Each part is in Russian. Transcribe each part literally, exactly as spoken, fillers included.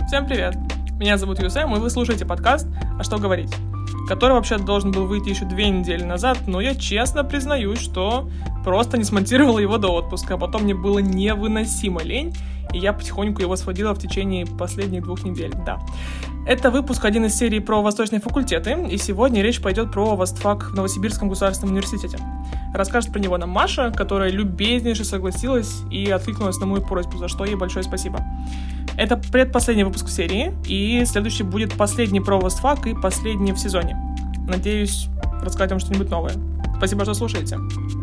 Всем привет! Меня зовут Юсэм, и вы слушаете подкаст «А что говорить?», который вообще должен был выйти еще две недели назад, но я честно признаюсь, что просто не смонтировала его до отпуска, а потом мне было невыносимо лень, и я потихоньку его сводила в течение последних двух недель, да. Это выпуск один из серии про восточные факультеты, и сегодня речь пойдет про ВостФак в Новосибирском государственном университете. Расскажет про него нам Маша, которая любезнейше согласилась и откликнулась на мою просьбу, за что ей большое спасибо. Это предпоследний выпуск серии, и следующий будет последний про ВостФак и последний в сезоне. Надеюсь, рассказать вам что-нибудь новое. Спасибо, что слушаете.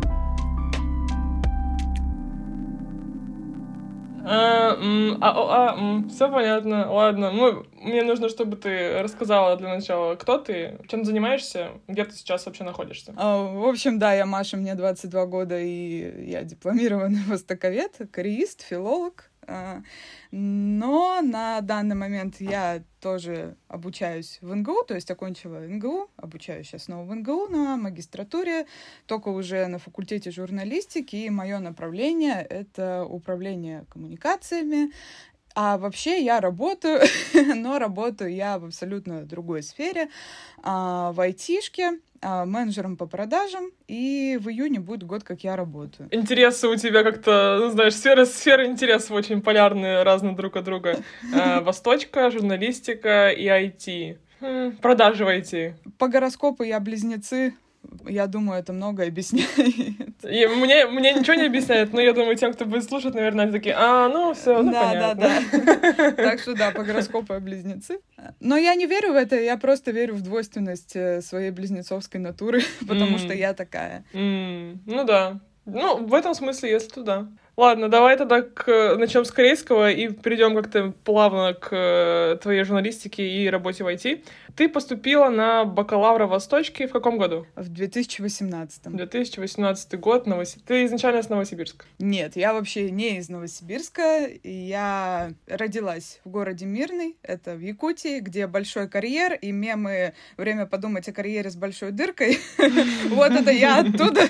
А, м, а, а, м, все понятно, ладно. Ну, мне нужно, чтобы ты рассказала для начала, кто ты, чем занимаешься, где ты сейчас вообще находишься. А, в общем, да, я Маша, мне двадцать два года, и я дипломированный востоковед, кореист, филолог. Но на данный момент я тоже обучаюсь в эн гэ у, то есть окончила эн гэ у, обучаюсь сейчас снова в эн гэ у на магистратуре, только уже на факультете журналистики, и мое направление — это управление коммуникациями. А вообще я работаю, но работаю я в абсолютно другой сфере, в айтишке, менеджером по продажам, и в июне будет год, как я работаю. Интересы у тебя как-то, ну, знаешь, сферы, сферы интересов очень полярные, разные друг от друга. Восточка, журналистика и ай ти. Продажи в ай ти. По гороскопу я близнецы. Я думаю, это многое объясняет. И мне, мне ничего не объясняет, но я думаю, тем, кто будет слушать, наверное, они такие, а, ну, все, ну, да, понятно. Да, да, Так что, да, по гороскопу я близнецы. Но я не верю в это, я просто верю в двойственность своей близнецовской натуры, потому mm. что я такая. Mm. Ну да. Ну, в этом смысле, если то да. Ладно, давай тогда к... начнем с корейского и перейдем как-то плавно к твоей журналистике и работе в ай ти. Ты поступила на бакалавра в Восточке в каком году? В две тысячи восемнадцатом. две тысячи восемнадцатый год. Новосиб... Ты изначально с Новосибирска? Нет, я вообще не из Новосибирска. Я родилась в городе Мирный, это в Якутии, где большой карьер, и мемы «Время подумать о карьере с большой дыркой». Вот это я оттуда.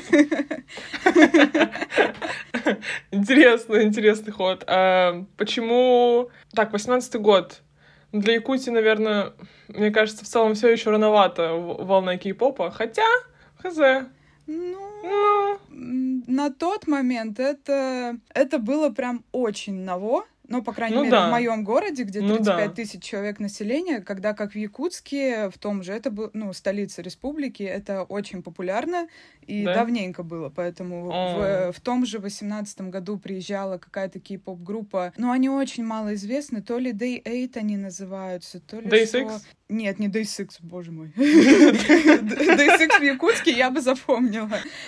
Интересный, интересный ход. А почему... Так, восемнадцатый год. Для Якутии, наверное, мне кажется, в целом все еще рановато волна кей-попа. Хотя, хз. Ну, ну, на тот момент это, это было прям очень ново. Ну, по крайней ну, мере, да. в моем городе, где ну, тридцать пять да. тысяч человек населения, когда как в Якутске, в том же, это был, ну, столица республики, это очень популярно и да? давненько было, поэтому в, в том же восемнадцатом году приезжала какая-то кей-поп-группа, но они очень мало известны, то ли Day восемь они называются, то ли Day что... Six? Нет, не Day Six, боже мой. Day Six в Якутске я бы запомнила.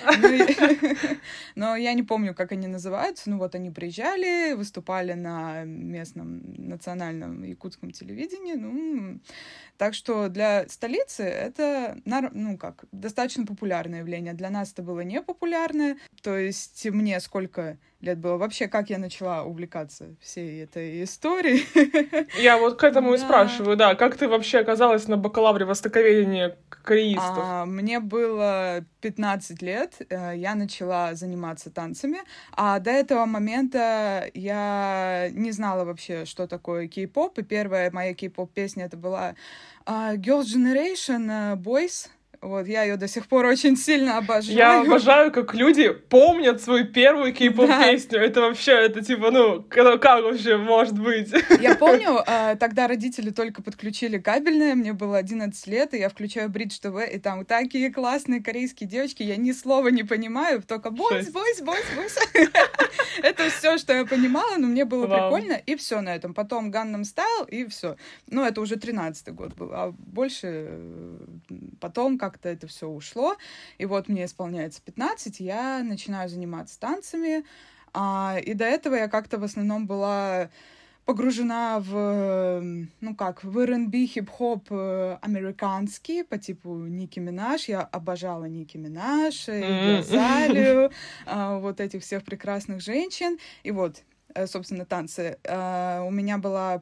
Но я не помню, как они называются. Ну вот они приезжали, выступали на местном национальном якутском телевидении. Ну, так что для столицы это, ну как, достаточно популярное явление. Для нас это было непопулярное. То есть мне сколько лет было? Вообще, как я начала увлекаться всей этой историей? Я вот к этому да. и спрашиваю, да. Как ты вообще оказалась на бакалавре востоковедения кореистов? А, мне было пятнадцать лет, я начала заниматься танцами, а до этого момента я не знала вообще, что такое кей-поп, и первая моя кей-поп-песня это была uh, Girls' Generation uh, Boys. Вот, я ее до сих пор очень сильно обожаю. Я обожаю, как люди помнят свою первую кей-поп-песню. Да. Это вообще, это типа, ну, как, как вообще может быть? Я помню, тогда родители только подключили кабельное, мне было одиннадцать лет, и я включаю Бридж ТВ, и там такие классные корейские девочки, я ни слова не понимаю, только бойс, бойс, бойс, бойс. Это все, что я понимала, но мне было прикольно, и все на этом. Потом Gangnam Style, и все. Ну, это уже тринадцатый год был, а больше потом как как-то это все ушло, и вот мне исполняется пятнадцать, я начинаю заниматься танцами, а, и до этого я как-то в основном была погружена в, ну как, в эр энд би, хип-хоп американский, по типу Ники Минаж, я обожала Ники Минаж, Игги Азалию, вот этих всех прекрасных женщин, и вот, собственно, танцы. У меня была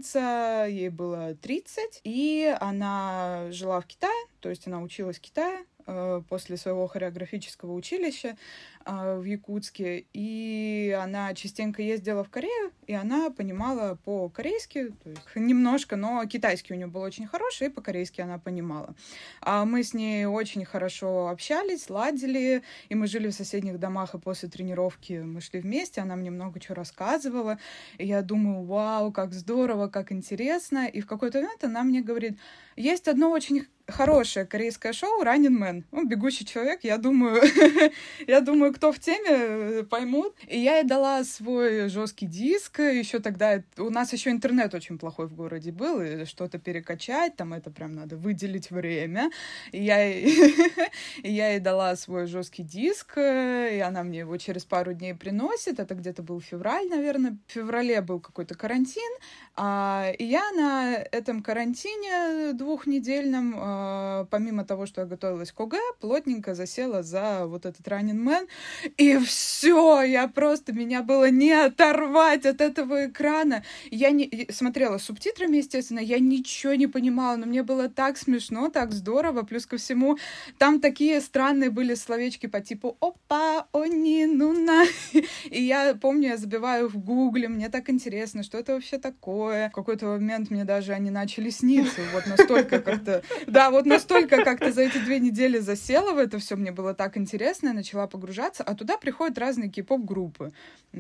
преподавательница, ей было тридцать, и она жила в Китае, то есть она училась в Китае, после своего хореографического училища в Якутске, и она частенько ездила в Корею, и она понимала по-корейски, то есть немножко, но китайский у нее был очень хороший, и по-корейски она понимала. А мы с ней очень хорошо общались, ладили, и мы жили в соседних домах, и после тренировки мы шли вместе, она мне много чего рассказывала, и я думаю, вау, как здорово, как интересно, и в какой-то момент она мне говорит, есть одно очень хорошее корейское шоу «Running Man». Ну, «Бегущий человек», я думаю, я думаю, кто в теме, поймут. И я ей дала свой жесткий диск. Еще тогда у нас еще интернет очень плохой в городе был, и что-то перекачать, там это прям надо выделить время. И я ей, и я ей дала свой жесткий диск, и она мне его через пару дней приносит. Это где-то был февраль, наверное. В феврале был какой-то карантин, а, и я на этом карантине двухнедельном, помимо того, что я готовилась к ОГЭ, плотненько засела за вот этот Running Man, и все, я просто, меня было не оторвать от этого экрана. Я не смотрела с субтитрами, естественно, я ничего не понимала, но мне было так смешно, так здорово, плюс ко всему, там такие странные были словечки по типу «опа, они, нуна», и я помню, я забиваю в гугле, мне так интересно, что это вообще такое. В какой-то момент мне даже они начали сниться, вот настолько как-то, да, вот настолько как-то за эти две недели засела в это все, мне было так интересно, я начала погружаться, а туда приходят разные кей-поп-группы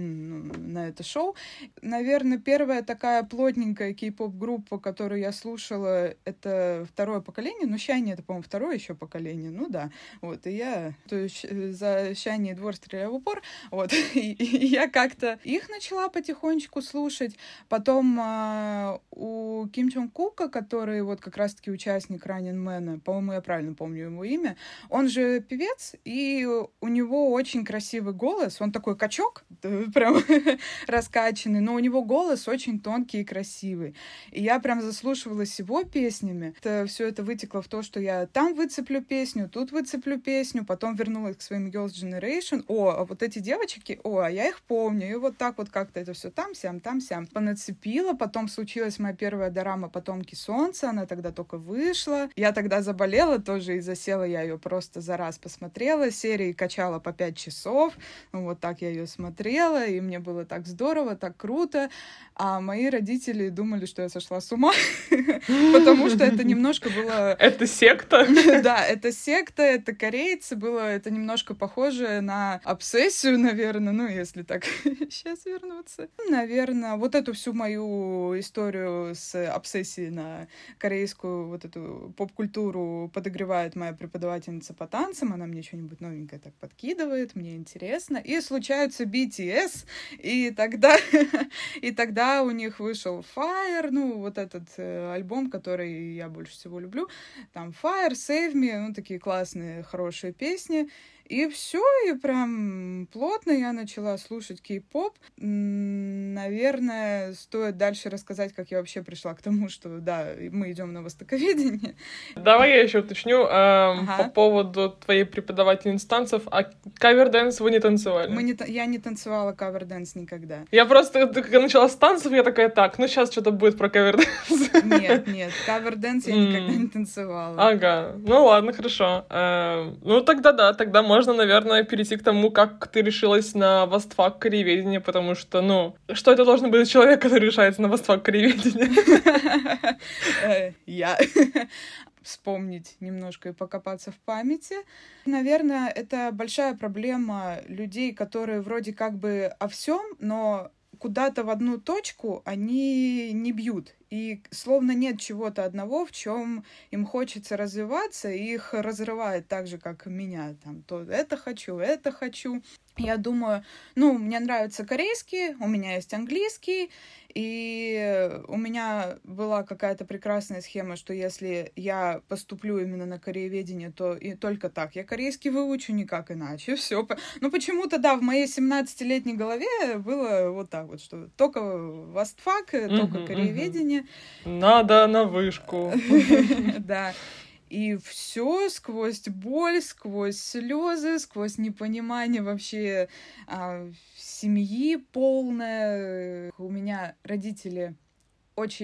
на это шоу. Наверное, первая такая плотненькая кей-поп-группа, которую я слушала, это второе поколение, ну, Shiny это, по-моему, второе еще поколение, ну да, вот, и я то есть, за Shiny двор стреляю в упор, вот, и, и я как-то их начала потихонечку слушать, потом а, у Ким Чон Кука, который вот как раз-таки участник Running Man, по-моему, я правильно помню его имя, он же певец, и у него очень красивый голос, он такой качок, прям раскачанный, но у него голос очень тонкий и красивый. И я прям заслушивалась его песнями. Это, все это вытекло в то, что я там выцеплю песню, тут выцеплю песню, потом вернулась к своим Girls' Generation. О, а вот эти девочки, о, а я их помню. И вот так вот как-то это все там-сям, там-сям понацепила. Потом случилась моя первая дорама «Потомки солнца», она тогда только вышла. Я тогда заболела тоже и засела, я ее просто за раз посмотрела, серии качала по пять часов, вот так я ее смотрела, и мне было так здорово, так круто, а мои родители думали, что я сошла с ума, потому что это немножко было... Это секта? Да, это секта, это корейцы, было это немножко похоже на обсессию, наверное, ну, если так сейчас вернуться. Наверное, вот эту всю мою историю с обсессией на корейскую вот эту поп-культуру подогревает моя преподавательница по танцам, она мне что-нибудь новенькое так подкидывает, мне интересно, и случаются би ти эс, и тогда, и тогда у них вышел Fire, ну, вот этот э, альбом, который я больше всего люблю, там Fire, Save Me, ну, такие классные, хорошие песни, и все, и прям плотно я начала слушать кей-поп. Наверное, стоит дальше рассказать, как я вообще пришла к тому, что, да, мы идем на востоковедение. Давай я еще уточню э, ага. по поводу твоей преподавательницы танцев. А кавер-дэнс вы не танцевали? Мы не, я не танцевала кавер-дэнс никогда. Я просто, когда начала с танцев, я такая, так, ну сейчас что-то будет про кавер-дэнс. Нет, нет, кавер-дэнс я никогда не танцевала. Ага, ну ладно, хорошо. Э, ну тогда да, тогда можно можно, наверное, перейти к тому, как ты решилась на востфак корееведения, потому что, ну, что это должен быть человек, который решается на востфак корееведения? Я. Вспомнить немножко и покопаться в памяти. Наверное, это большая проблема людей, которые вроде как бы о всем, но куда-то в одну точку они не бьют. И словно нет чего-то одного, в чем им хочется развиваться, и их разрывает так же, как меня. Там, то это хочу, это хочу. Я думаю, ну, мне нравится корейский, у меня есть английский, и у меня была какая-то прекрасная схема, что если я поступлю именно на корееведение, то и только так. Я корейский выучу, никак иначе. Все. Ну, почему-то, да, в моей семнадцатилетней голове было вот так вот, что только востфак, только корееведение. Надо на вышку. Да. И все сквозь боль, сквозь слезы, сквозь непонимание вообще а, семьи полное. У меня родители очень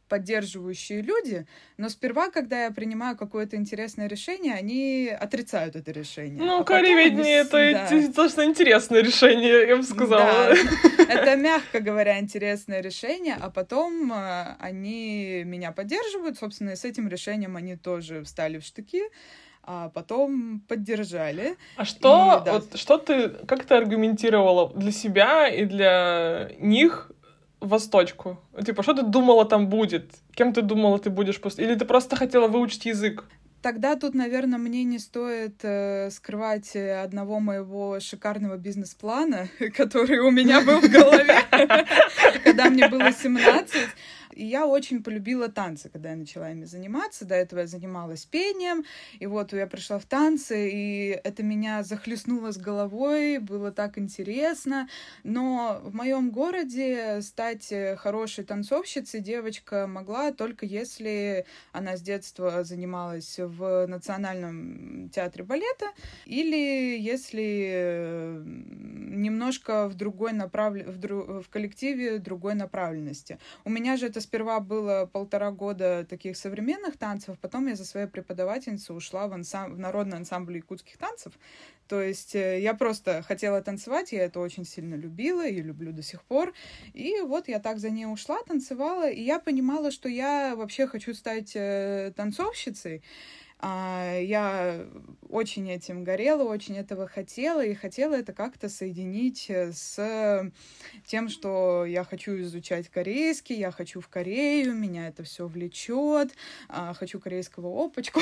поддерживающие люди, но сперва, когда я принимаю какое-то интересное решение, они отрицают это решение. Ну, а кореведение — это да. достаточно интересное решение, я бы сказала. Да, это, мягко говоря, интересное решение, а потом э, они меня поддерживают, собственно, и с этим решением они тоже встали в штыки, а потом поддержали. А что, И, да. вот, что ты, как ты аргументировала для себя и для них восточку? Типа, что ты думала там будет? Кем ты думала ты будешь после? Или ты просто хотела выучить язык? Тогда тут, наверное, мне не стоит э, скрывать одного моего шикарного бизнес-плана, который у меня был в голове, когда мне было семнадцать. И я очень полюбила танцы, когда я начала ими заниматься. До этого я занималась пением, и вот я пришла в танцы, и это меня захлестнуло с головой, было так интересно. Но в моем городе стать хорошей танцовщицей девочка могла только если она с детства занималась в Национальном театре балета, или если немножко в другой направ... в, дру... в коллективе другой направленности. У меня же это сперва было полтора года таких современных танцев, потом я за своей преподавательницей ушла в, ансам... в народный ансамбль якутских танцев. То есть я просто хотела танцевать, я это очень сильно любила и люблю до сих пор. И вот я так за ней ушла, танцевала, и я понимала, что я вообще хочу стать танцовщицей. Я очень этим горела, очень этого хотела, и хотела это как-то соединить с тем, что я хочу изучать корейский, я хочу в Корею, меня это все влечет, хочу корейского опачку.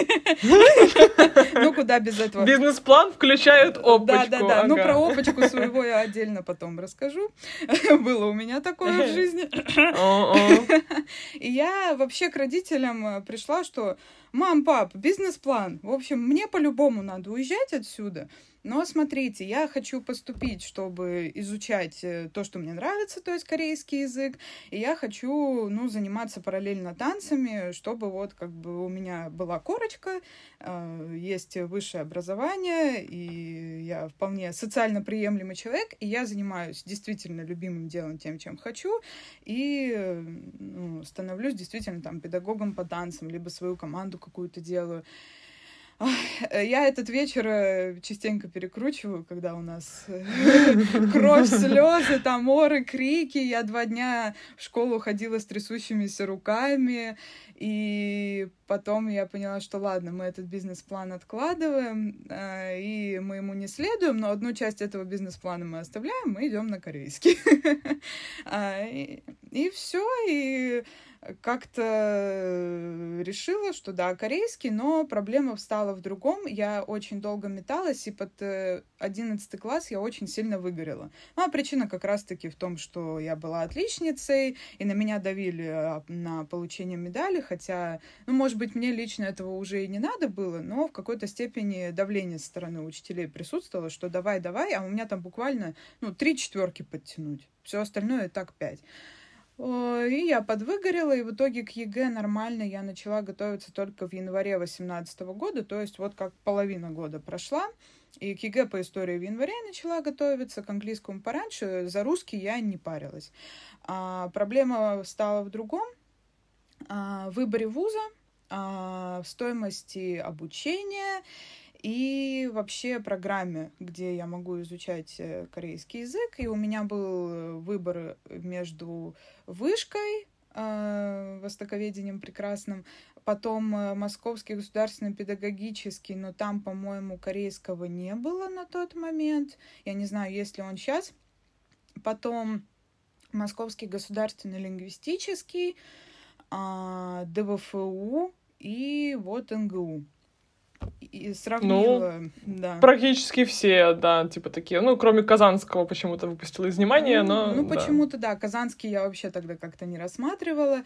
Ну, куда без этого? Бизнес-план включает опачку. Да-да-да, ну, про опачку своего я отдельно потом расскажу. Было у меня такое в жизни. И я вообще к родителям пришла, что «Мам, пап, бизнес-план. В общем, мне по-любому надо уезжать отсюда. Но смотрите, я хочу поступить, чтобы изучать то, что мне нравится, то есть корейский язык. И я хочу, ну, заниматься параллельно танцами, чтобы вот как бы у меня была корочка, есть высшее образование, и я вполне социально приемлемый человек, и я занимаюсь действительно любимым делом, тем, чем хочу, и ну, становлюсь действительно там педагогом по танцам, либо свою команду какую-то делаю». Я этот вечер частенько перекручиваю, когда у нас кровь, слезы, там оры, крики. Я два дня в школу ходила с трясущимися руками, и потом я поняла, что ладно, мы этот бизнес-план откладываем, и мы ему не следуем, но одну часть этого бизнес-плана мы оставляем, мы идем на корейский. И все, и как-то решила, что да, корейский, но проблема встала в другом. Я очень долго металась, и под одиннадцатый класс я очень сильно выгорела. Ну, а причина как раз-таки в том, что я была отличницей, и на меня давили на получение медали, хотя, ну, может быть, мне лично этого уже и не надо было, но в какой-то степени давление со стороны учителей присутствовало, что давай-давай, а у меня там буквально, ну, три четверки подтянуть. Все остальное так пять. И я подвыгорела, и в итоге к ЕГЭ нормально я начала готовиться только в январе восемнадцатого года, то есть вот как половина года прошла, и к ЕГЭ по истории в январе начала готовиться, к английскому пораньше, за русский я не парилась. А проблема стала в другом, а, в выборе вуза, а, в стоимости обучения и вообще программе, где я могу изучать корейский язык. И у меня был выбор между вышкой, э, востоковедением прекрасным, потом Московский государственный педагогический, но там, по-моему, корейского не было на тот момент. Я не знаю, есть ли он сейчас. Потом Московский государственный лингвистический, э, ДВФУ и вот эн гэ у. И сравнила, ну, да. Практически все, да, типа такие. Ну, кроме Казанского почему-то выпустила из внимания, ну, но... Ну, да. почему-то, да, Казанский я вообще тогда как-то не рассматривала.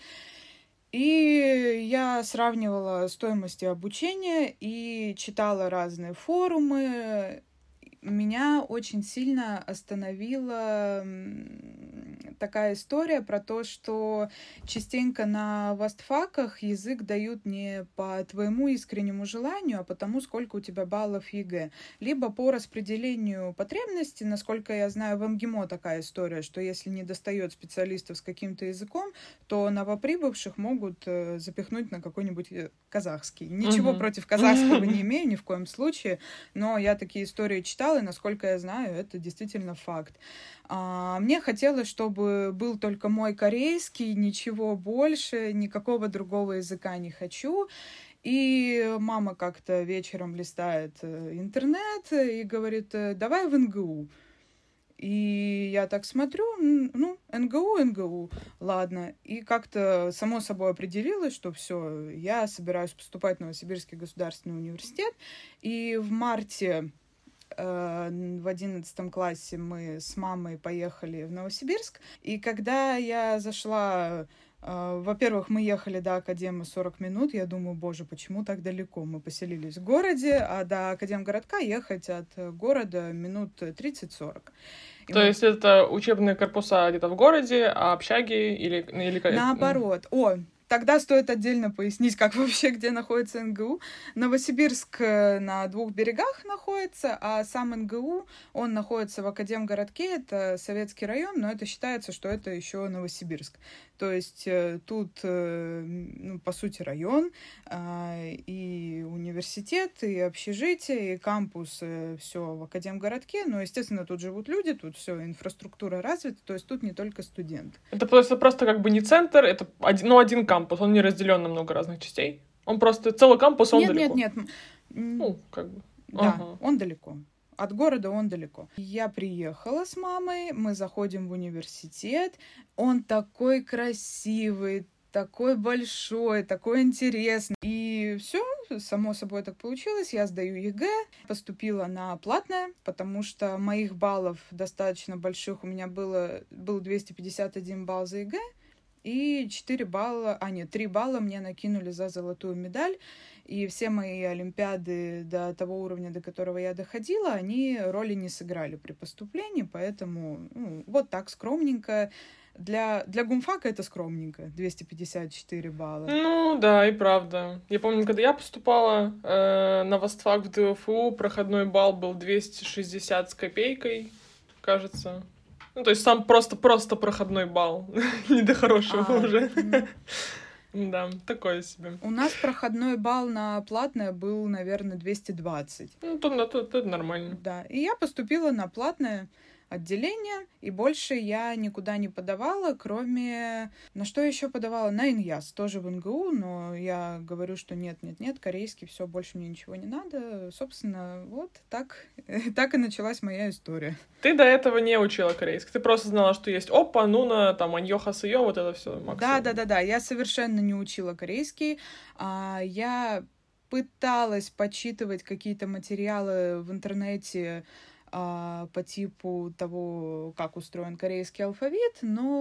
И я сравнивала стоимости обучения и читала разные форумы. Меня очень сильно остановила такая история про то, что частенько на востфаках язык дают не по твоему искреннему желанию, а потому, сколько у тебя баллов ЕГЭ. Либо по распределению потребностей, насколько я знаю, в МГИМО такая история, что если не достает специалистов с каким-то языком, то новоприбывших могут запихнуть на какой-нибудь казахский. Ничего uh-huh. против казахского не имею ни в коем случае, но я такие истории читала, и, насколько я знаю, это действительно факт. А, мне хотелось, чтобы был только мой корейский, ничего больше, никакого другого языка не хочу. И мама как-то вечером листает интернет и говорит: давай в эн гэ у. И я так смотрю, ну, эн гэ у, эн гэ у, ладно. И как-то само собой определилось, что все, я собираюсь поступать в Новосибирский государственный университет. И в марте в одиннадцатом классе мы с мамой поехали в Новосибирск. И когда я зашла... Во-первых, мы ехали до Академа сорок минут. Я думаю, боже, почему так далеко? Мы поселились в городе, а до Академгородка ехать от города минут тридцать-сорок. И То мы... есть это учебные корпуса где-то в городе, а общаги или... или... Наоборот. О, тогда стоит отдельно пояснить, как вообще, где находится эн гэ у. Новосибирск на двух берегах находится, а сам эн гэ у, он находится в Академгородке, это Советский район, но это считается, что это еще Новосибирск. То есть тут, ну, по сути, район, и университет, и общежитие, и кампус, все в Академгородке. Но, естественно, тут живут люди, тут все, инфраструктура развита, то есть тут не только студенты. Это просто, просто как бы не центр, это один, ну, один кампус, он не разделен на много разных частей. Он просто целый кампус, он нет, далеко. Нет, нет, нет. Ну, как бы. Да, ага. Он далеко. От города он далеко. Я приехала с мамой, мы заходим в университет. Он такой красивый, такой большой, такой интересный. И все, само собой так получилось. Я сдаю ЕГЭ, поступила на платное, потому что моих баллов достаточно больших. У меня было, был двести пятьдесят один балл за ЕГЭ. И четыре балла, а нет, три балла мне накинули за золотую медаль. И все мои олимпиады до того уровня, до которого я доходила, они роли не сыграли при поступлении, поэтому ну, вот так скромненько. Для, для гумфака это скромненько, двести пятьдесят четыре балла. Ну, да, и правда. Я помню, когда я поступала э, на востфак в дэ эф у, проходной балл был двести шестьдесят с копейкой, кажется. Ну, то есть сам просто-просто проходной балл. Не до хорошего а, уже. Mm. Да, такое себе. У нас проходной балл на платное был, наверное, двести двадцать. Ну, то, то, то это нормально. Да, и я поступила на платное отделение, и больше я никуда не подавала, кроме... На что еще подавала? На ИНЯС, тоже в эн гэ у, но я говорю, что нет-нет-нет, корейский, все, больше мне ничего не надо. Собственно, вот так, так и началась моя история. Ты до этого не учила корейский, ты просто знала, что есть опа, нуна, там, аньё, хасыё, вот это все максимум. Да-да-да-да, я совершенно не учила корейский, а, я пыталась почитывать какие-то материалы в интернете, по типу того, как устроен корейский алфавит,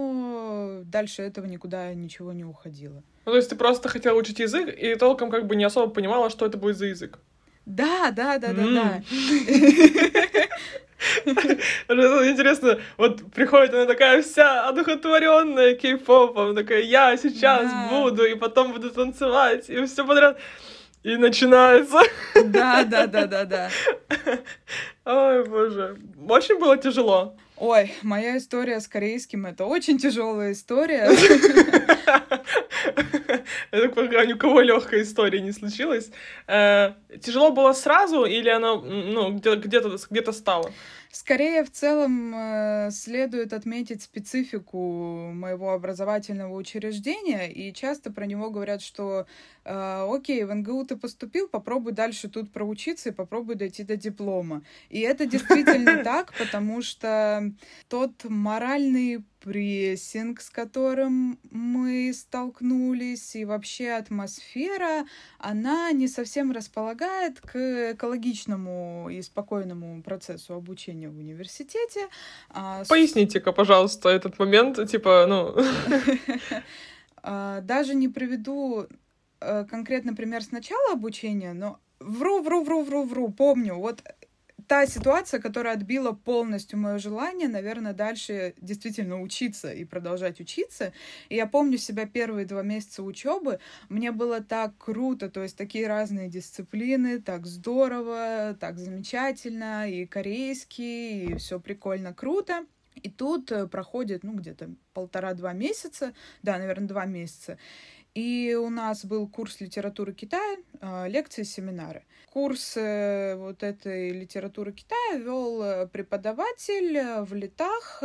но дальше этого никуда ничего не уходило. Ну, то есть ты просто хотела учить язык и толком как бы не особо понимала, что это будет за язык? Да, да, да, да, да. Интересно, вот приходит она такая вся одухотворенная кей-попом, такая, я сейчас буду, и потом буду танцевать, и все подряд... И начинается. Да, да, да, да, да. Ой, боже. Очень было тяжело. Ой, моя история с корейским — это очень тяжелая история. Я так понимаю, ни у кого легкая история не случилась. Тяжело было сразу или она ну, где-то, где-то стала? Скорее, в целом, э, следует отметить специфику моего образовательного учреждения, и часто про него говорят, что э, окей, в эн гэ у ты поступил, попробуй дальше тут проучиться и попробуй дойти до диплома. И это действительно так, потому что тот моральный прессинг, с которым мы столкнулись, и вообще атмосфера, она не совсем располагает к экологичному и спокойному процессу обучения в университете. Поясните-ка, пожалуйста, этот момент, типа, ну... Даже не приведу конкретный пример с начала обучения, но вру, вру, вру, вру, вру, помню, вот та ситуация, которая отбила полностью мое желание, наверное, дальше действительно учиться и продолжать учиться. И я помню себя первые два месяца учебы. Мне было так круто, то есть такие разные дисциплины, так здорово, так замечательно, и корейский, и все прикольно, круто. И тут проходит, ну, где-то полтора-два месяца, да, наверное, два месяца, и у нас был курс литературы Китая, лекции, семинары. Курс вот этой литературы Китая вел преподаватель в летах,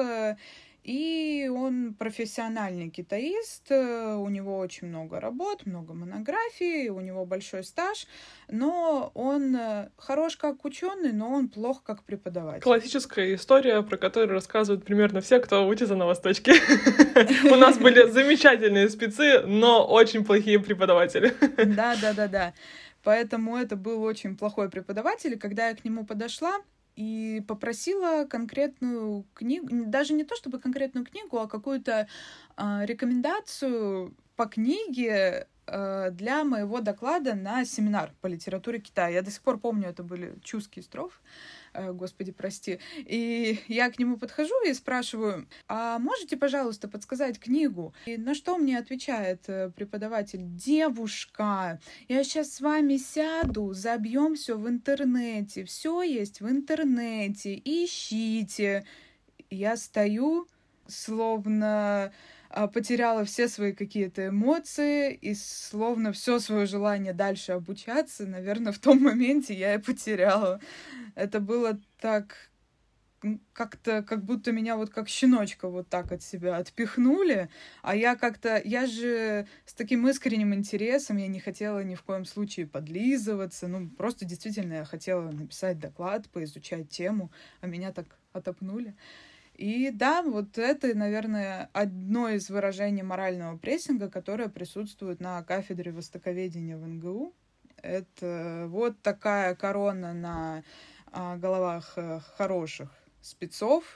и он профессиональный китаист, у него очень много работ, много монографий, у него большой стаж, но он хорош как ученый, но он плох как преподаватель. Классическая история, про которую рассказывают примерно все, кто учится на Восточке. У нас были замечательные спецы, но очень плохие преподаватели. Да, да, да, да. Поэтому это был очень плохой преподаватель, и когда я к нему подошла и попросила конкретную книгу, даже не то чтобы конкретную книгу, а какую-то э, рекомендацию по книге э, для моего доклада на семинар по литературе Китая. Я до сих пор помню, это были чуские строфы, э, господи, прости. И я к нему подхожу и спрашиваю: а можете, пожалуйста, подсказать книгу? И на что мне отвечает преподаватель: девушка, я сейчас с вами сяду, забьем все в интернете, все есть в интернете, ищите. Я стою, словно потеряла все свои какие-то эмоции и словно все свое желание дальше обучаться, наверное, в том моменте я и потеряла. Это было так как-то, как будто меня вот как щеночка вот так от себя отпихнули, а я как-то, я же с таким искренним интересом, я не хотела ни в коем случае подлизываться, ну, просто действительно я хотела написать доклад, поизучать тему, а меня так отопнули. И да, вот это, наверное, одно из выражений морального прессинга, которое присутствует на кафедре востоковедения в эн гэ у. Это вот такая корона на а, головах хороших спецов,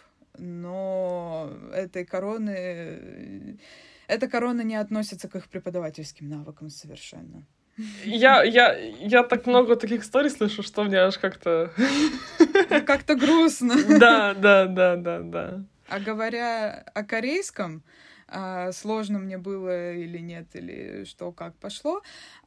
но этой короны... Эта корона не относится к их преподавательским навыкам совершенно. Я, я, я так много таких историй слышу, что мне аж как-то... Как-то грустно. Да, да, да, да, да. А говоря о корейском, сложно мне было или нет, или что, как пошло,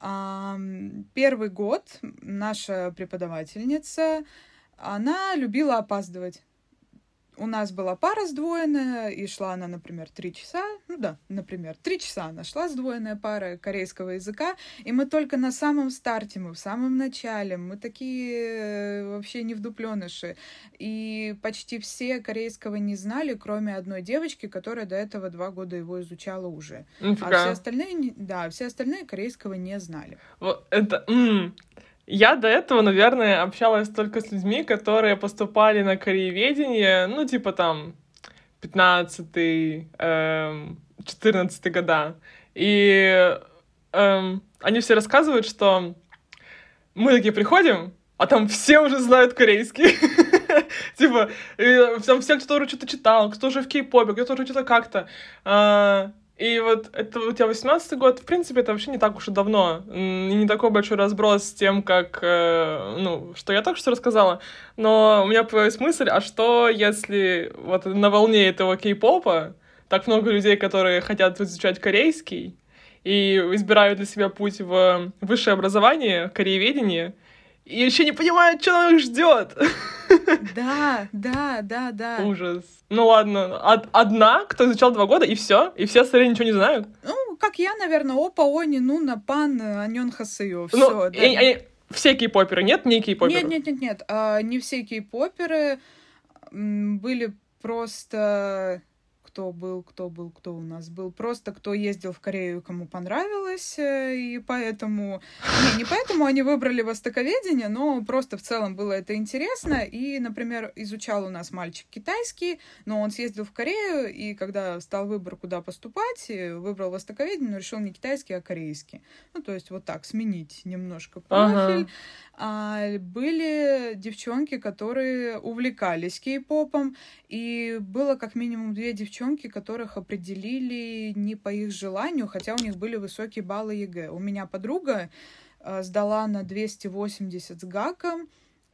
первый год наша преподавательница, она любила опаздывать. У нас была пара сдвоенная, и шла она, например, три часа. Ну да, например, три часа она шла, сдвоенная пара корейского языка, и мы только на самом старте, мы в самом начале, мы такие вообще не вдуплёныши. И почти все корейского не знали, кроме одной девочки, которая до этого два года его изучала уже. Нифига. А все остальные, да, все остальные корейского не знали. Вот это... М- Я до этого, наверное, общалась только с людьми, которые поступали на корееведение, ну, типа там, пятнадцатый, эм, четырнадцатый года. И эм, они все рассказывают, что мы такие приходим, а там все уже знают корейский. Типа, там все, кто уже что-то читал, кто уже в кей-попе, кто уже что-то как-то. И вот это у тебя восемнадцатый год, в принципе, это вообще не так уж и давно. И не такой большой разброс с тем, как, э, ну, что я только что рассказала. Но у меня появилась мысль, а что если вот на волне этого кей-попа так много людей, которые хотят изучать корейский и избирают для себя путь в высшее образование, корееведение, и вообще не понимают, что их ждет. Да, да, да, да. Ужас. Ну ладно, Од- одна, кто изучал два года, и все, и все остальные ничего не знают. Ну, как я, наверное, опа, они, ну, на пан, анён хасеё, всё, ну, да. И, и, все кей-поперы, нет? Не кей-поперы? Нет, нет, нет, нет, а, не все кей-поперы, м, были просто... Кто был, кто был, кто у нас был. Просто кто ездил в Корею, кому понравилось, и поэтому... Не, не поэтому они выбрали востоковедение, но просто в целом было это интересно. И, например, изучал у нас мальчик китайский, но он съездил в Корею, и когда стал выбор, куда поступать, выбрал востоковедение, но решил не китайский, а корейский. Ну, то есть вот так, сменить немножко профиль. Ага. А, были девчонки, которые увлекались кей-попом, и было как минимум две девчонки, которых определили не по их желанию, хотя у них были высокие баллы ЕГЭ. У меня подруга э, сдала на двести восемьдесят с гаком,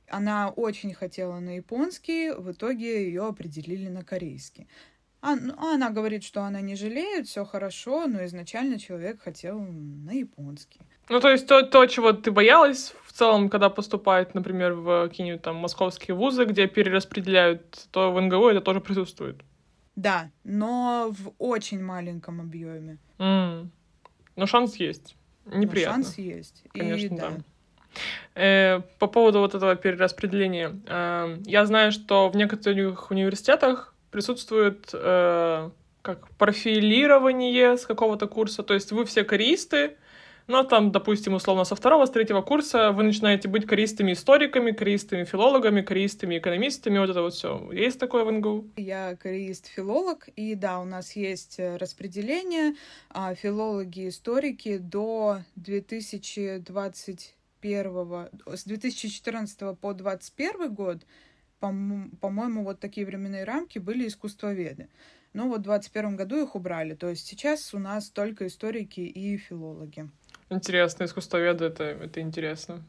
Она очень хотела на японский, в итоге ее определили на корейский. А, ну, она говорит, что она не жалеет, все хорошо, но изначально человек хотел на японский. Ну, то есть то, то, чего ты боялась в целом, когда поступают, например, в какие-нибудь там московские вузы, где перераспределяют, то в эн гэ у это тоже присутствует. Да, но в очень маленьком объеме. Mm. Но шанс есть. Неприятно. Но шанс есть. Конечно, И, да. да. Э, по поводу вот этого перераспределения. Э, я знаю, что в некоторых университетах присутствует э, как профилирование с какого-то курса. То есть вы все кореисты, но там, допустим, условно, со второго, с третьего курса вы начинаете быть корейскими-историками, корейскими-филологами, корейскими-экономистами, вот это вот все. Есть такое в эн гэ у? Я кореист-филолог, и да, у нас есть распределение филологи-историки до две тысячи двадцать первого, с две тысячи четырнадцатого по двадцать первый год, по- по-моему, вот такие временные рамки были искусствоведы. Но вот в двадцать первом году их убрали, то есть сейчас у нас только историки и филологи. Интересно, искусствоведы, это, это интересно.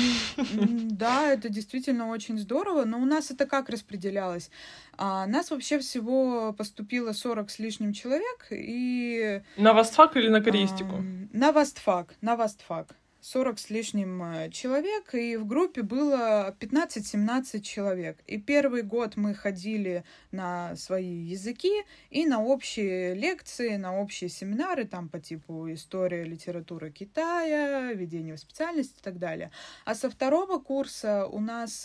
Да, это действительно очень здорово, но у нас это как распределялось? А, нас вообще всего поступило сорок с лишним человек, и... На востфак или на корейстику? А, на востфак, на востфак. сорок с лишним человек, и в группе было пятнадцать-семнадцать человек. И первый год мы ходили на свои языки и на общие лекции, на общие семинары, там по типу история, литература Китая, введение в специальность и так далее. А со второго курса у нас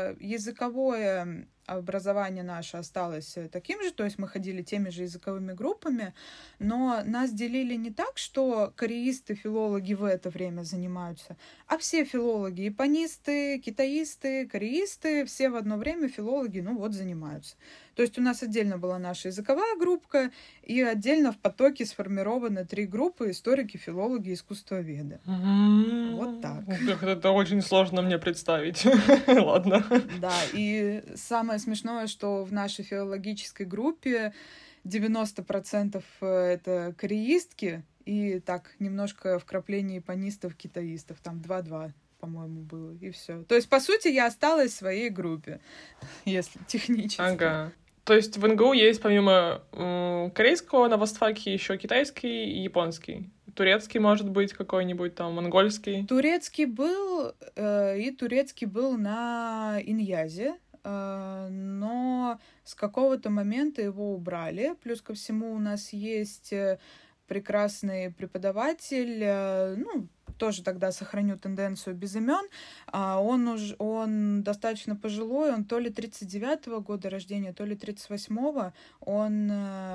языковое образование наше осталось таким же, то есть мы ходили теми же языковыми группами, но нас делили не так, что кореисты, филологи в это время занимаются, а все филологи, японисты, китаисты, кореисты, все в одно время филологи, ну вот, занимаются. То есть у нас отдельно была наша языковая группа, и отдельно в потоке сформированы три группы: историки, филологи, искусствоведы. Mm-hmm. Вот так. Это очень сложно мне представить. Ладно. Да, и самое смешное, что в нашей филологической группе девяносто процентов это кореистки, и так немножко вкрапление японистов, китаистов, там два-два, по-моему, было, и все. То есть, по сути, я осталась в своей группе, если технически. Ага. То есть в эн гэ у есть помимо м, корейского на востфаке еще китайский и японский. Турецкий, может быть, какой-нибудь там, монгольский. Турецкий был, э, и турецкий был на Иньязе, э, но с какого-то момента его убрали. Плюс ко всему у нас есть прекрасный преподаватель, э, ну, тоже тогда сохраню тенденцию без имен. Он, уж, он достаточно пожилой, он то ли тридцать девятого года рождения, то ли тридцать восьмого. Он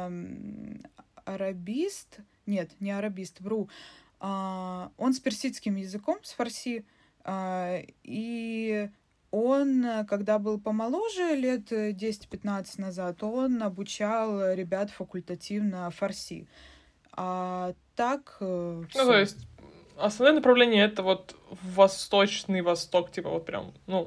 э, арабист, нет, не арабист, вру. А, он с персидским языком, с фарси, а, и он, когда был помоложе, лет десять-пятнадцать назад, он обучал ребят факультативно фарси. А так... Ну, то есть основное направление — это вот восточный восток, типа вот прям, ну...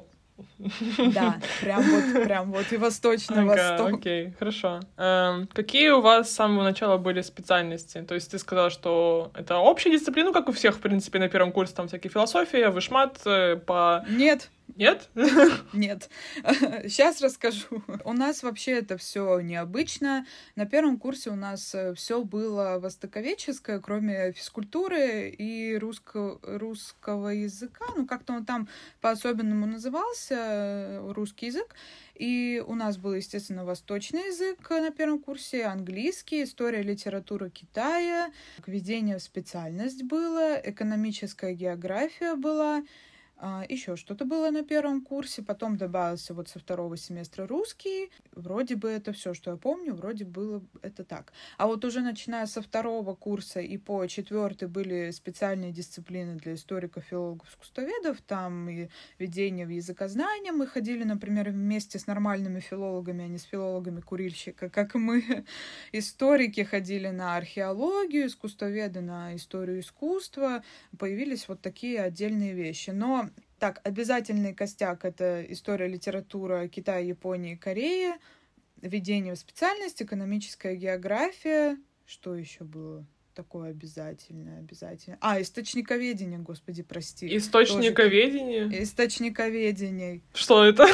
Да, прям вот, прям вот и восточный ага, восток. Окей, хорошо. Эм, какие у вас с самого начала были специальности? То есть ты сказала, что это общая дисциплина, как у всех, в принципе, на первом курсе, там всякие философия, вышмат, по... Нет. Нет? Нет. Сейчас расскажу. У нас вообще это все необычно. На первом курсе у нас все было востоковедческое, кроме физкультуры и русско- русского языка. Ну, как-то он там по-особенному назывался, русский язык. И у нас был, естественно, восточный язык на первом курсе, английский, история, литература Китая, введение в специальность было, экономическая география была. А, еще что-то было на первом курсе, потом добавился вот со второго семестра русский. Вроде бы это все, что я помню, вроде было это так. А вот уже начиная со второго курса и по четвертый были специальные дисциплины для историков, филологов, искусствоведов. Там и введение в языкознание. Мы ходили, например, вместе с нормальными филологами, а не с филологами курильщика, как мы. Историки ходили на археологию, искусствоведы на историю искусства. Появились вот такие отдельные вещи. Но так, обязательный костяк — это история, литература Китая, Японии, Кореи, введение в специальность, экономическая география. Что еще было? такое обязательное, обязательно. А, источниковедение, господи, прости. Источниковедение? Тоже... Источниковедение. Что это?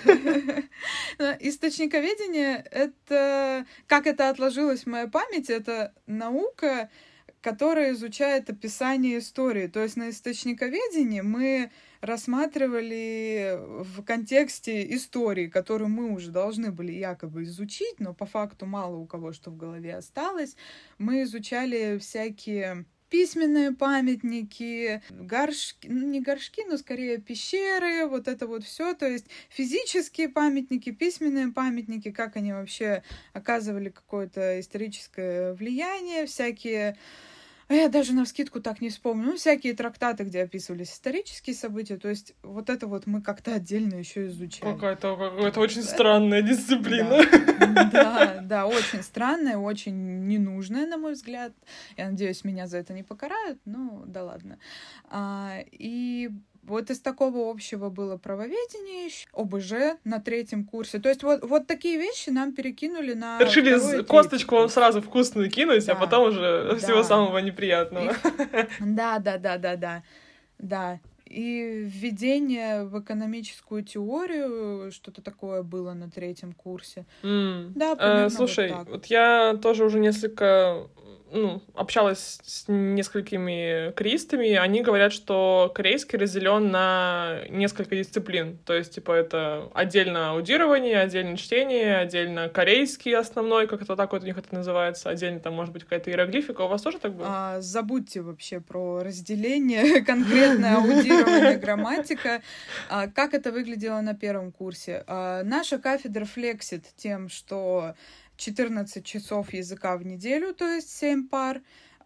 Источниковедение — это... Как это отложилось в моей памяти, это наука, которая изучает описание истории. То есть на источниковедении мы рассматривали в контексте истории, которую мы уже должны были якобы изучить, но по факту мало у кого что в голове осталось. Мы изучали всякие письменные памятники, горшки, ну не горшки, но скорее пещеры, вот это вот все, то есть физические памятники, письменные памятники, как они вообще оказывали какое-то историческое влияние, всякие... Я даже навскидку так не вспомню. Ну, всякие трактаты, где описывались исторические события. То есть вот это вот мы как-то отдельно еще изучали. Какая-то, какая-то очень странная дисциплина. Да, да, да, очень странная, очень ненужная, на мой взгляд. Я надеюсь, меня за это не покарают. Ну, да ладно. А, и... Вот из такого общего было правоведение еще, ОБЖ на третьем курсе. То есть вот, вот такие вещи нам перекинули на решили косточку вам сразу вкусную кинуть, да, а потом уже да. всего самого неприятного. И... Да, да, да, да, да. Да. И введение в экономическую теорию, что-то такое было на третьем курсе. Mm. Да, примерно а, слушай, вот так. Вот я тоже уже несколько... ну, общалась с несколькими кореистами, они говорят, что корейский разделен на несколько дисциплин. То есть, типа, это отдельно аудирование, отдельно чтение, отдельно корейский основной, как это так вот у них это называется, отдельно там, может быть, какая-то иероглифика. У вас тоже так было? А, забудьте вообще про разделение, конкретное аудирование, грамматика. А, как это выглядело на первом курсе? А, наша кафедра флексит тем, что четырнадцать часов языка в неделю, то есть семь пар,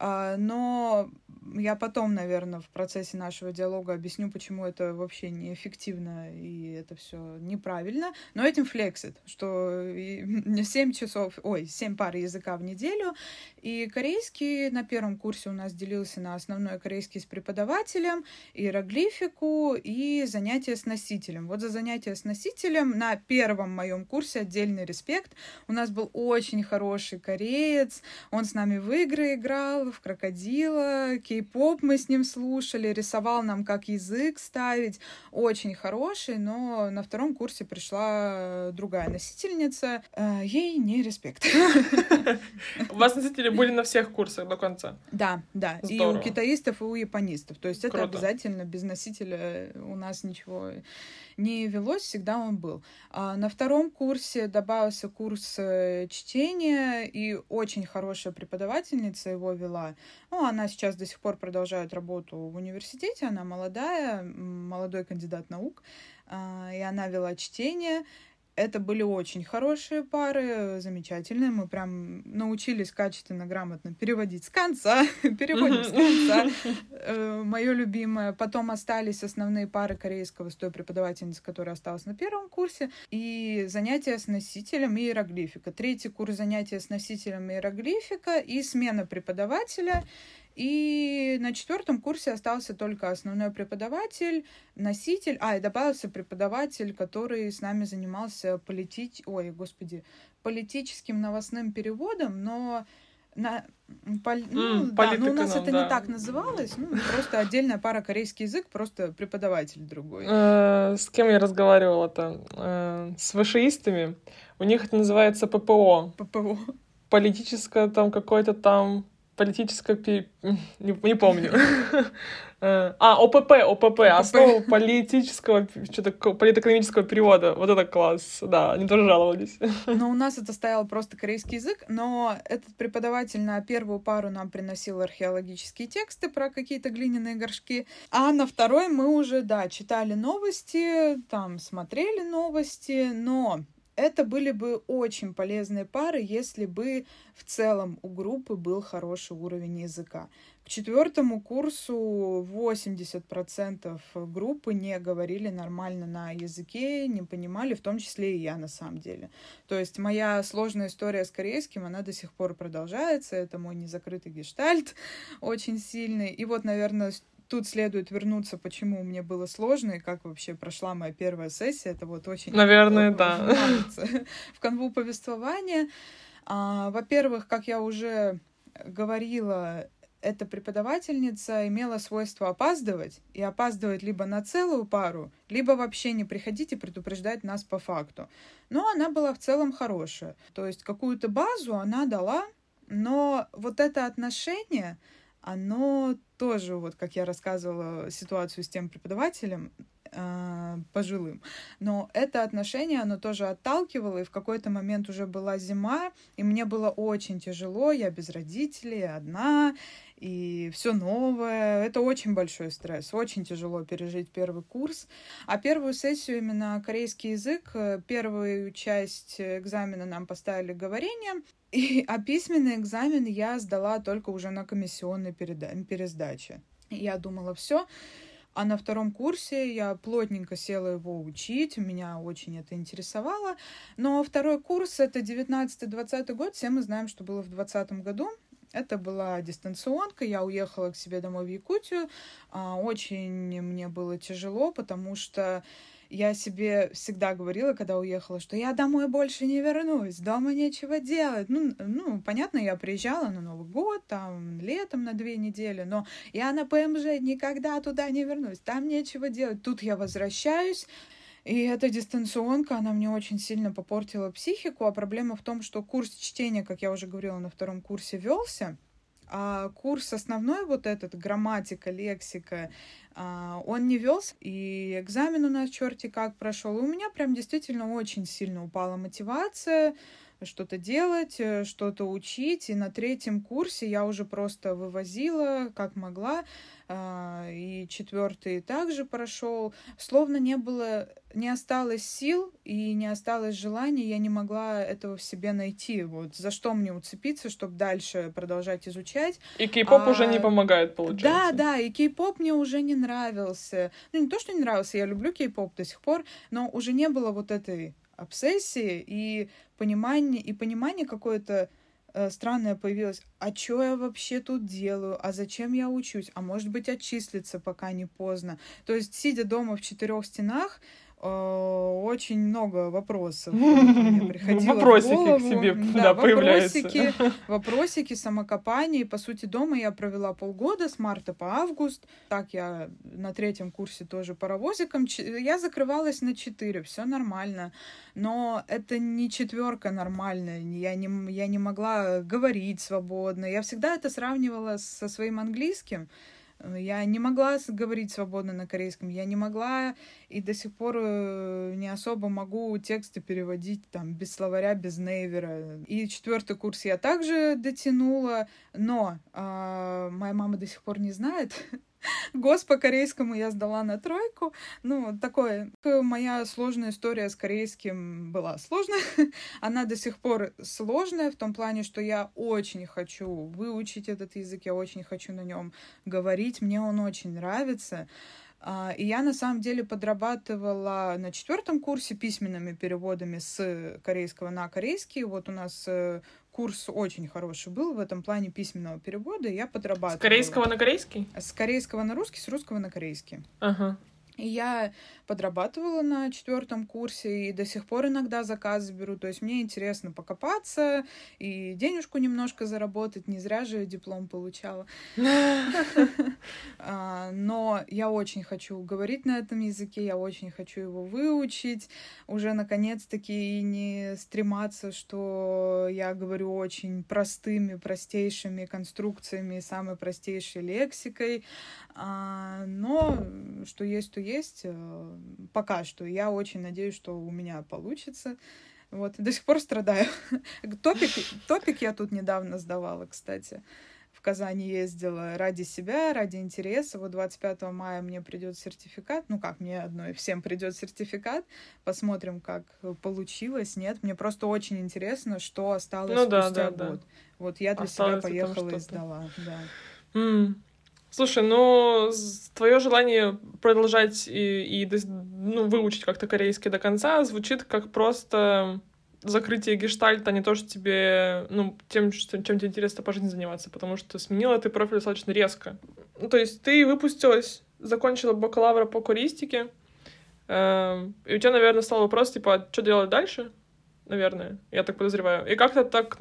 но я потом, наверное, в процессе нашего диалога объясню, почему это вообще неэффективно и это все неправильно, но этим флексит, что семь часов, ой, семь пар языка в неделю, и корейский на первом курсе у нас делился на основной корейский с преподавателем, иероглифику и занятия с носителем. Вот за занятия с носителем на первом моем курсе отдельный респект. У нас был очень хороший кореец, он с нами в игры играл, в крокодила, кей-поп мы с ним слушали, рисовал нам, как язык ставить. Очень хороший, но на втором курсе пришла другая носительница. Ей не респект. У вас носители были на всех курсах до конца? Да, да. Здорово. И у китаистов, и у японистов. То есть это Круто. Обязательно, без носителя у нас ничего не велось, всегда он был. А на втором курсе добавился курс чтения, и очень хорошая преподавательница его вела. Ну, она сейчас до сих пор продолжает работу в университете, она молодая, молодой кандидат наук, и она вела чтение. Это были очень хорошие пары, замечательные. Мы прям научились качественно, грамотно переводить с конца. Переводим с конца. Мое любимое. Потом остались основные пары корейского с той преподавательницей, которая осталась на первом курсе. И занятия с носителем и иероглифика. Третий курс занятия с носителем и иероглифика и смена преподавателя. И на четвертом курсе остался только основной преподаватель, носитель, а, и добавился преподаватель, который с нами занимался политич... Ой, господи, политическим новостным переводом, но на... Пол... Ну, mm, да, но у нас нам, это да. не так называлось, ну, просто отдельная пара корейский язык, просто преподаватель другой. С кем я разговаривала-то? С вышеистами. У них это называется ППО. ППО. Политическое там какое-то там... Политическое... Не, не помню. А, ОПП, ОПП, основа политического, что-то политэкономического перевода. Вот это класс, да, они тоже жаловались. Но у нас это стоял просто корейский язык, но этот преподаватель на первую пару нам приносил археологические тексты про какие-то глиняные горшки, а на второй мы уже, да, читали новости, там смотрели новости, но... Это были бы очень полезные пары, если бы в целом у группы был хороший уровень языка. К четвертому курсу восемьдесят процентов группы не говорили нормально на языке, не понимали, в том числе и я на самом деле. То есть моя сложная история с корейским, она до сих пор продолжается. Это мой незакрытый гештальт очень сильный. И вот, наверное, тут следует вернуться, почему мне было сложно и как вообще прошла моя первая сессия. Это вот очень... Наверное, да. В канву повествования. А, во-первых, как я уже говорила, эта преподавательница имела свойство опаздывать, и опаздывать либо на целую пару, либо вообще не приходить и предупреждать нас по факту. Но она была в целом хорошая. То есть какую-то базу она дала, но вот это отношение, оно тоже, вот как я рассказывала ситуацию с тем преподавателем, пожилым. Но это отношение, оно тоже отталкивало, и в какой-то момент уже была зима, и мне было очень тяжело, я без родителей, одна, и все новое. Это очень большой стресс, очень тяжело пережить первый курс. А первую сессию именно корейский язык, первую часть экзамена нам поставили говорение, и, а письменный экзамен я сдала только уже на комиссионной переда- пересдаче. Я думала, все. А на втором курсе я плотненько села его учить, меня очень это интересовало. Но второй курс — это девятнадцатый-двадцатый год, все мы знаем, что было в двадцатом году. Это была дистанционка, я уехала к себе домой в Якутию. Очень мне было тяжело, потому что я себе всегда говорила, когда уехала, что я домой больше не вернусь, дома нечего делать. Ну, ну, понятно, я приезжала на Новый год, там, летом на две недели, но я на ПМЖ никогда туда не вернусь, там нечего делать. Тут я возвращаюсь, и эта дистанционка, она мне очень сильно попортила психику, а проблема в том, что курс чтения, как я уже говорила, на втором курсе велся, а курс основной, вот этот, грамматика, лексика, он не велся, и экзамен у нас черти как прошел. И у меня прям действительно очень сильно упала мотивация что-то делать, что-то учить. И на третьем курсе я уже просто вывозила, как могла. И четвертый также прошел. Словно не было, не осталось сил и не осталось желания. Я не могла этого в себе найти. Вот за что мне уцепиться, чтобы дальше продолжать изучать. И кей-поп а... уже не помогает, получается. Да, да, и кей-поп мне уже не нравился. Ну, не то, что не нравился, я люблю кей-поп до сих пор, но уже не было вот этой обсессии и понимания, и понимание какое-то э, странное появилось. А что я вообще тут делаю? А зачем я учусь? А может быть, отчислиться, пока не поздно? То есть, сидя дома в четырех стенах, очень много вопросов мне приходило вопросики в голову. К себе, да, да, вопросики, появляются. Вопросики, самокопание. И, по сути, дома я провела полгода, с марта по август. Так я на третьем курсе тоже паровозиком. Я закрывалась на четыре, все нормально. Но это не четверка нормальная. Я не, я не могла говорить свободно. Я всегда это сравнивала со своим английским. Я не могла говорить свободно на корейском, я не могла и до сих пор не особо могу тексты переводить там без словаря, без нейвера. И четвертый курс я также дотянула, но э, моя мама до сих пор не знает. Гос по корейскому я сдала на тройку. Ну, такое. Моя сложная история с корейским была сложная. Она до сих пор сложная в том плане, что я очень хочу выучить этот язык, я очень хочу на нем говорить, мне он очень нравится. И я, на самом деле, подрабатывала на четвертом курсе письменными переводами с корейского на корейский. Вот у нас курс очень хороший был в этом плане письменного перевода, и я подрабатывала. С корейского на корейский? С корейского на русский, с русского на корейский. Ага. И я подрабатывала на четвертом курсе, и до сих пор иногда заказы беру. То есть мне интересно покопаться и денежку немножко заработать. Не зря же диплом получала. Но я очень хочу говорить на этом языке, я очень хочу его выучить. Уже наконец-таки и не стрематься, что я говорю очень простыми, простейшими конструкциями, самой простейшей лексикой. Но что есть, то есть. Пока что. Я очень надеюсь, что у меня получится. Вот. До сих пор страдаю. Топик, топик я тут недавно сдавала, кстати. В Казани ездила ради себя, ради интереса. Вот двадцать пятого мая мне придет сертификат. Ну как, мне одной, всем придет сертификат. Посмотрим, как получилось. Нет, мне просто очень интересно, что осталось ну, спустя да, да, год. да. Вот я для осталось себя поехала там и сдала. Да. Mm. Слушай, ну, твое желание продолжать и, и ну, выучить как-то корейский до конца звучит как просто закрытие гештальта, не то, что тебе, ну, тем, чем тебе интересно по жизни заниматься, потому что сменила ты профиль достаточно резко. Ну, то есть ты выпустилась, закончила бакалавра по користике, э, и у тебя, наверное, стал вопрос, типа, а что делать дальше? Наверное, я так подозреваю. И как-то так, ну,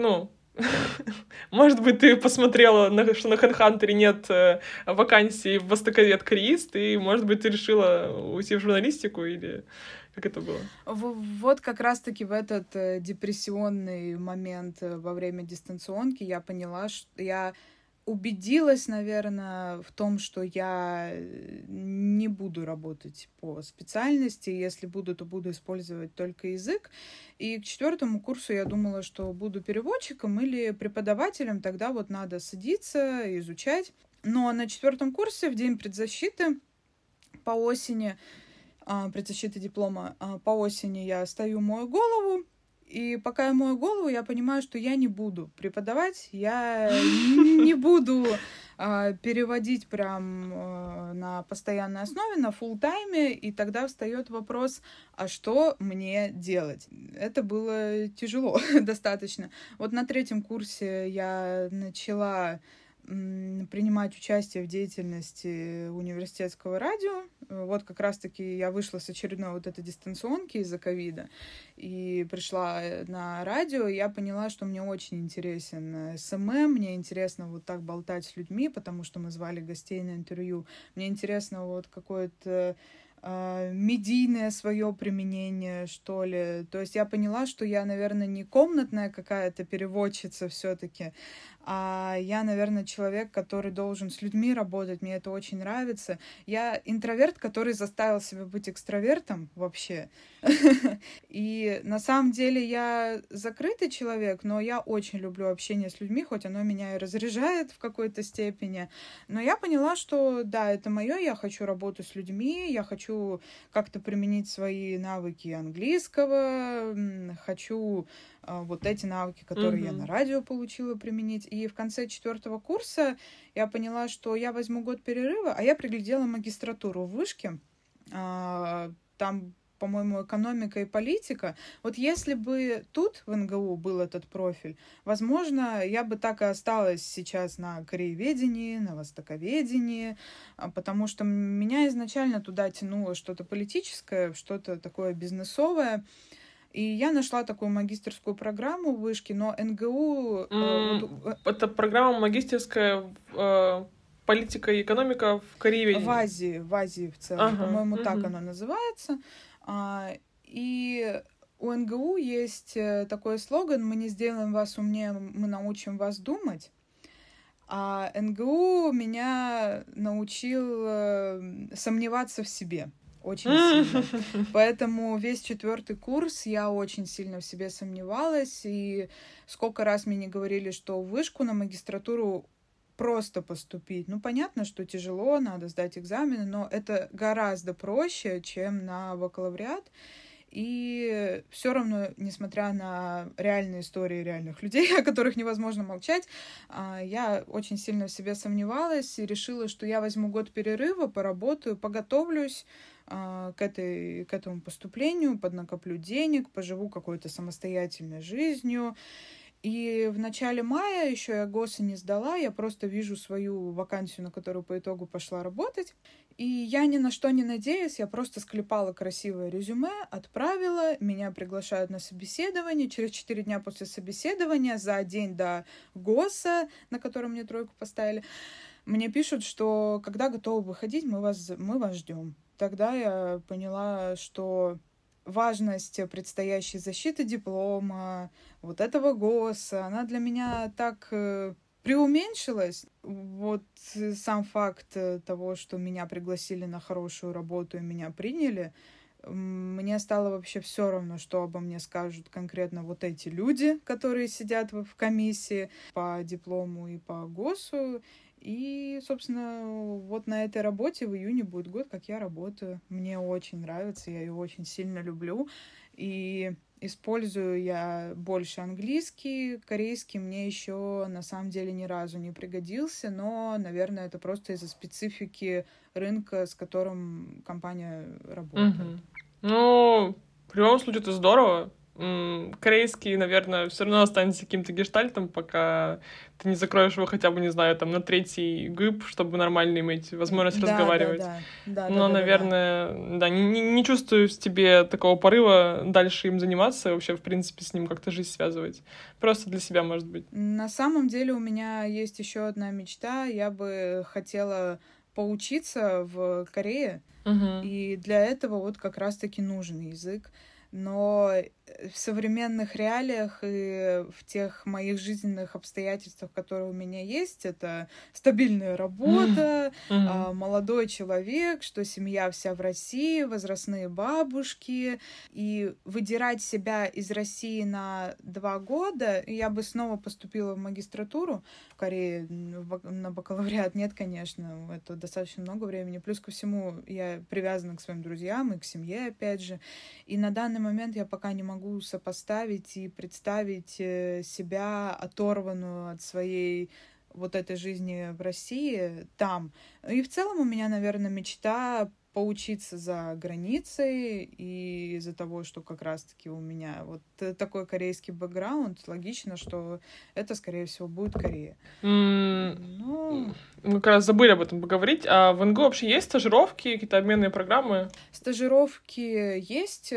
Может быть, ты посмотрела, на, что на HeadHunter нет э, вакансий в востоковед КРИС, и, может быть, ты решила уйти в журналистику, или как это было? Вот как раз-таки в этот э, депрессионный момент э, во время дистанционки я поняла, что я убедилась, наверное, в том, что я не буду работать по специальности. Если буду, то буду использовать только язык. И к четвертому курсу я думала, что буду переводчиком или преподавателем. Тогда вот надо садиться, изучать. Но на четвертом курсе, в день предзащиты, по осени, предзащиты диплома, по осени я стою, мою голову. И пока я мою голову, я понимаю, что я не буду преподавать, я не буду э, переводить прям э, на постоянной основе, на фулл-тайме, и тогда встает вопрос, а что мне делать? Это было тяжело достаточно. Вот на третьем курсе я начала принимать участие в деятельности университетского радио. Вот как раз-таки я вышла с очередной вот этой дистанционки из-за ковида и пришла на радио, и я поняла, что мне очень интересен эс эм эм, мне интересно вот так болтать с людьми, потому что мы звали гостей на интервью. Мне интересно вот какое-то э, медийное свое применение, что ли. То есть я поняла, что я, наверное, не комнатная какая-то переводчица все-таки, а я, наверное, человек, который должен с людьми работать, мне это очень нравится. Я интроверт, который заставил себя быть экстравертом вообще. И на самом деле я закрытый человек, но я очень люблю общение с людьми, хоть оно меня и разряжает в какой-то степени. Но я поняла, что да, это мое, я хочу работать с людьми, я хочу как-то применить свои навыки английского, хочу вот эти навыки, которые mm-hmm. я на радио получила, применить. И в конце четвертого курса я поняла, что я возьму год перерыва, а я приглядела магистратуру в вышке. Там, по-моему, экономика и политика. Вот если бы тут в эн гэ у был этот профиль, возможно, я бы так и осталась сейчас на корееведении, на востоковедении, потому что меня изначально туда тянуло что-то политическое, что-то такое бизнесовое. И я нашла такую магистерскую программу в вышке, но эн гэ у... Mm, э, это программа магистерская э, политика и экономика в корееведении. В Азии, в Азии в целом. Ага, по-моему, uh-huh. так она называется. А, и у эн гэ у есть такой слоган: «Мы не сделаем вас умнее, мы научим вас думать». А эн гэ у меня научил э, сомневаться в себе. Очень сильно. Поэтому весь четвертый курс я очень сильно в себе сомневалась. И сколько раз мне не говорили, что в вышку на магистратуру просто поступить. Ну, понятно, что тяжело, надо сдать экзамены, но это гораздо проще, чем на бакалавриат. И все равно, несмотря на реальные истории реальных людей, о которых невозможно молчать, я очень сильно в себе сомневалась и решила, что я возьму год перерыва, поработаю, поготовлюсь к, этой, к этому поступлению, поднакоплю денег, поживу какой-то самостоятельной жизнью. И в начале мая еще я ГОСы не сдала, я просто вижу свою вакансию, на которую по итогу пошла работать. И я ни на что не надеюсь, я просто склепала красивое резюме, отправила, меня приглашают на собеседование. Через четыре дня после собеседования, за день до ГОСа, на котором мне тройку поставили, мне пишут, что когда готовы выходить, мы вас, мы вас ждем. Тогда я поняла, что важность предстоящей защиты диплома, вот этого ГОСа, она для меня так э, преуменьшилась. Вот сам факт того, что меня пригласили на хорошую работу и меня приняли, мне стало вообще все равно, что обо мне скажут конкретно вот эти люди, которые сидят в комиссии по диплому и по ГОСу. И, собственно, вот на этой работе в июне будет год, как я работаю. Мне очень нравится, я ее очень сильно люблю. И использую я больше английский, корейский мне еще на самом деле ни разу не пригодился, но, наверное, это просто из-за специфики рынка, с которым компания работает. Угу. Ну, в любом случае, это здорово. м- корейский, наверное, все равно останется каким-то гештальтом, пока ты не закроешь его хотя бы, не знаю, там, на третий гыб, чтобы нормально иметь возможность Да, разговаривать. да, да. Да, Но, да, да, наверное, да, да не, не, не чувствую в тебе такого порыва дальше им заниматься, вообще, в принципе, с ним как-то жизнь связывать. Просто для себя, может быть. На самом деле у меня есть еще одна мечта. Я бы хотела поучиться в Корее, Угу. и для этого вот как раз-таки нужен язык. Но в современных реалиях и в тех моих жизненных обстоятельствах, которые у меня есть, это стабильная работа, Mm-hmm. молодой человек, что семья вся в России, возрастные бабушки, и выдирать себя из России на два года, я бы снова поступила в магистратуру в Корее, на бакалавриат нет, конечно, это достаточно много времени, плюс ко всему я привязана к своим друзьям и к семье, опять же, и на данный момент я пока не могу сопоставить и представить себя оторванную от своей вот этой жизни в России там. И в целом у меня, наверное, мечта поучиться за границей, и из-за того, что как раз-таки у меня вот такой корейский бэкграунд, логично, что это, скорее всего, будет Корея. Mm. Ну... Мы как раз забыли об этом поговорить. А в эн гэ у вообще есть стажировки, какие-то обменные программы? Стажировки есть.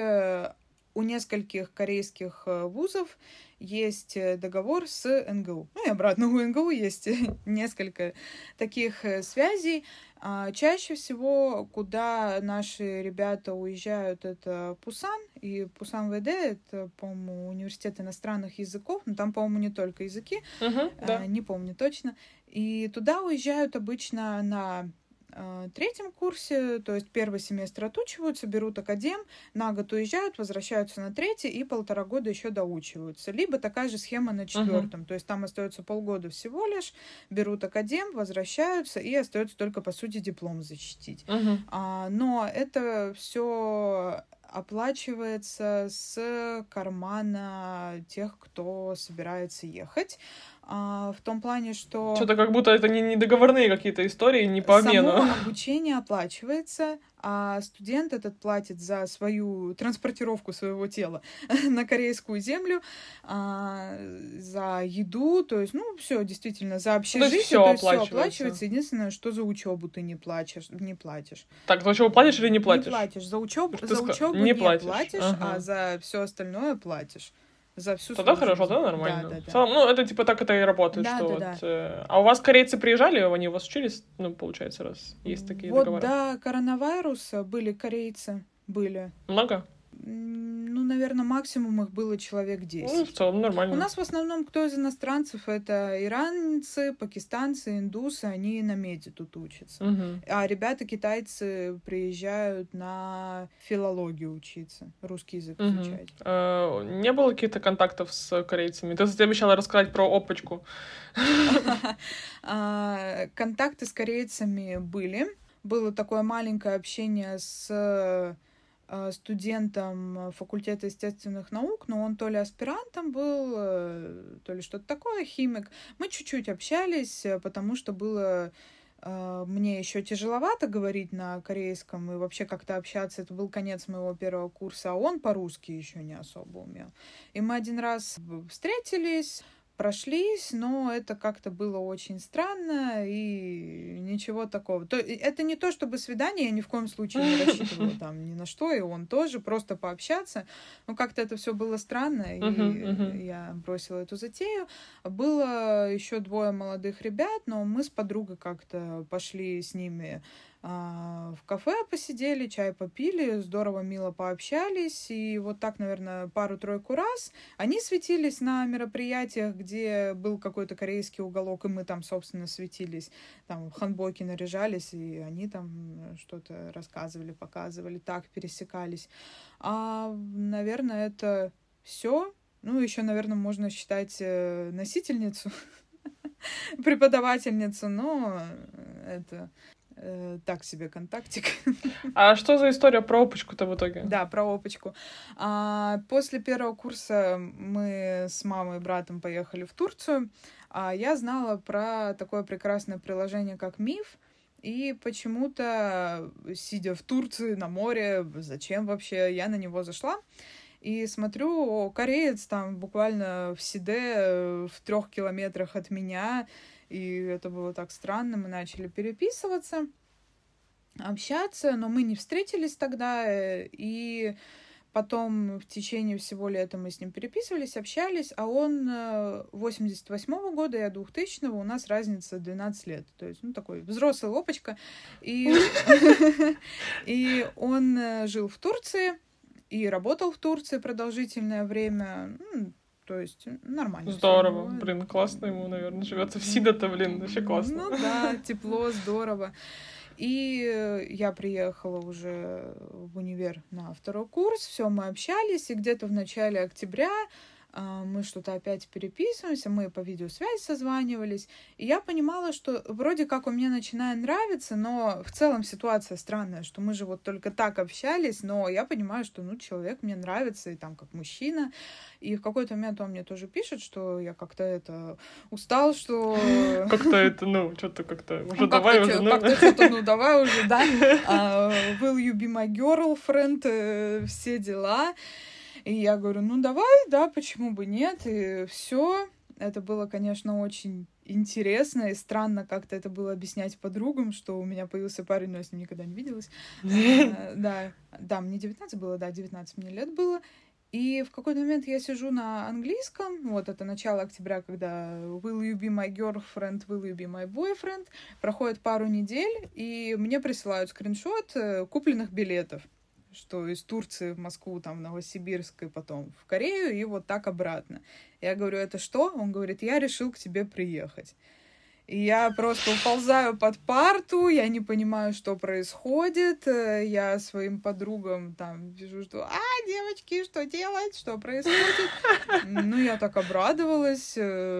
У нескольких корейских вузов есть договор с эн гэ у. Ну и обратно, у эн гэ у есть несколько таких связей. Чаще всего, куда наши ребята уезжают, это Пусан. И Пусан вэ дэ — это, по-моему, университет иностранных языков. Но там, по-моему, не только языки. Uh-huh, да. Не помню точно. И туда уезжают обычно на третьем курсе, то есть первый семестр отучиваются, берут академ, на год уезжают, возвращаются на третий и полтора года еще доучиваются. Либо такая же схема на четвертом, uh-huh. то есть там остается полгода всего лишь, берут академ, возвращаются и остается только, по сути, диплом защитить. Uh-huh. А, но это все оплачивается с кармана тех, кто собирается ехать. А, в том плане, что... Что-то как будто это не, не договорные какие-то истории, не по обмену. Само обучение оплачивается, а студент этот платит за свою транспортировку своего тела на корейскую землю, а, за еду, то есть, ну, все действительно, за общежитие, то есть, то есть все оплачивается. оплачивается. Единственное, что за учебу ты не платишь, не платишь. Так, за учебу платишь или не платишь? Не платишь. За учебу, за ск... учебу не, не платишь, платишь ага. а за все остальное платишь. За всю Тогда свою хорошо, жизнь. тогда нормально. Да, да, да. Целом, ну, это типа так это и работает, да, что да, вот... да. Э... А у вас корейцы приезжали, они у вас учились? Ну, получается, раз есть такие вот договора. Вот до коронавируса были корейцы, были. Много? Ну, наверное, максимум их было человек десять. Ну, в целом нормально. У нас в основном кто из иностранцев? Это иранцы, пакистанцы, индусы, они на меди тут учатся. Угу. А ребята китайцы приезжают на филологию учиться, русский язык угу. изучать. А, не было каких-то контактов с корейцами? Ты, кстати, обещала рассказать про опочку. Контакты с корейцами были. Было такое маленькое общение с студентом факультета естественных наук, но он то ли аспирантом был, то ли что-то такое, химик. Мы чуть-чуть общались, потому что было мне еще тяжеловато говорить на корейском и вообще как-то общаться. Это был конец моего первого курса, а он по-русски еще не особо умел. И мы один раз встретились, прошлись, но это как-то было очень странно и ничего такого. То, это не то, чтобы свидание, я ни в коем случае не рассчитывала там ни на что, и он тоже, просто пообщаться. Но как-то это все было странно, и uh-huh, uh-huh. я бросила эту затею. Было еще двое молодых ребят, но мы с подругой как-то пошли с ними в кафе, посидели, чай попили, здорово, мило пообщались, и вот так, наверное, пару-тройку раз они светились на мероприятиях, где был какой-то корейский уголок, и мы там, собственно, светились, там в ханбоки наряжались, и они там что-то рассказывали, показывали, так пересекались. А, наверное, это все. Ну, еще, наверное, можно считать носительницу, преподавательницу, но это... так себе контактик. А что за история про опочку-то в итоге? Да, про опочку. А, после первого курса мы с мамой и братом поехали в Турцию. А я знала про такое прекрасное приложение, как Миф. И почему-то, сидя в Турции на море, зачем вообще, я на него зашла. и смотрю, о, кореец там буквально в седе в трех километрах от меня, и это было так странно, мы начали переписываться, общаться, но мы не встретились тогда, и потом в течение всего лета мы с ним переписывались, общались, а он восемьдесят восьмого года, я двухтысячного, у нас разница двенадцать лет. То есть, ну, такой взрослый опачка. И он жил в Турции и работал в Турции продолжительное время. То есть, нормально. Здорово. Блин, классно ему, наверное, живется в Сидо-то, блин, вообще классно. Ну да, тепло, здорово. И я приехала уже в универ на второй курс, все, мы общались, и где-то в начале октября мы что-то опять переписываемся, мы по видеосвязи созванивались, и я понимала, что вроде как он мне начинает нравиться, но в целом ситуация странная, что мы же вот только так общались, но я понимаю, что, ну, человек мне нравится, и там как мужчина, и в какой-то момент он мне тоже пишет, что я как-то это устал, что... Как-то это, ну, что-то как-то уже давай уже, ну... Как-то что-то, ну, давай уже, да. Will you be my girlfriend? Все дела. И я говорю, ну давай, да, почему бы нет, и все. Это было, конечно, очень интересно и странно как-то это было объяснять подругам, что у меня появился парень, но я с ним никогда не виделась. Да, да, мне девятнадцать было, да, девятнадцать мне лет было. И в какой-то момент я сижу на английском, вот это начало октября, когда will you be my girlfriend, will you be my boyfriend, проходит пару недель, и мне присылают скриншот купленных билетов, что из Турции в Москву, там, в Новосибирск и потом в Корею, и вот так обратно. Я говорю, это что? Он говорит, я решил к тебе приехать. И я просто уползаю под парту, я не понимаю, что происходит, я своим подругам там пишу, что «А, девочки, что делать? Что происходит?» Ну, я так обрадовалась.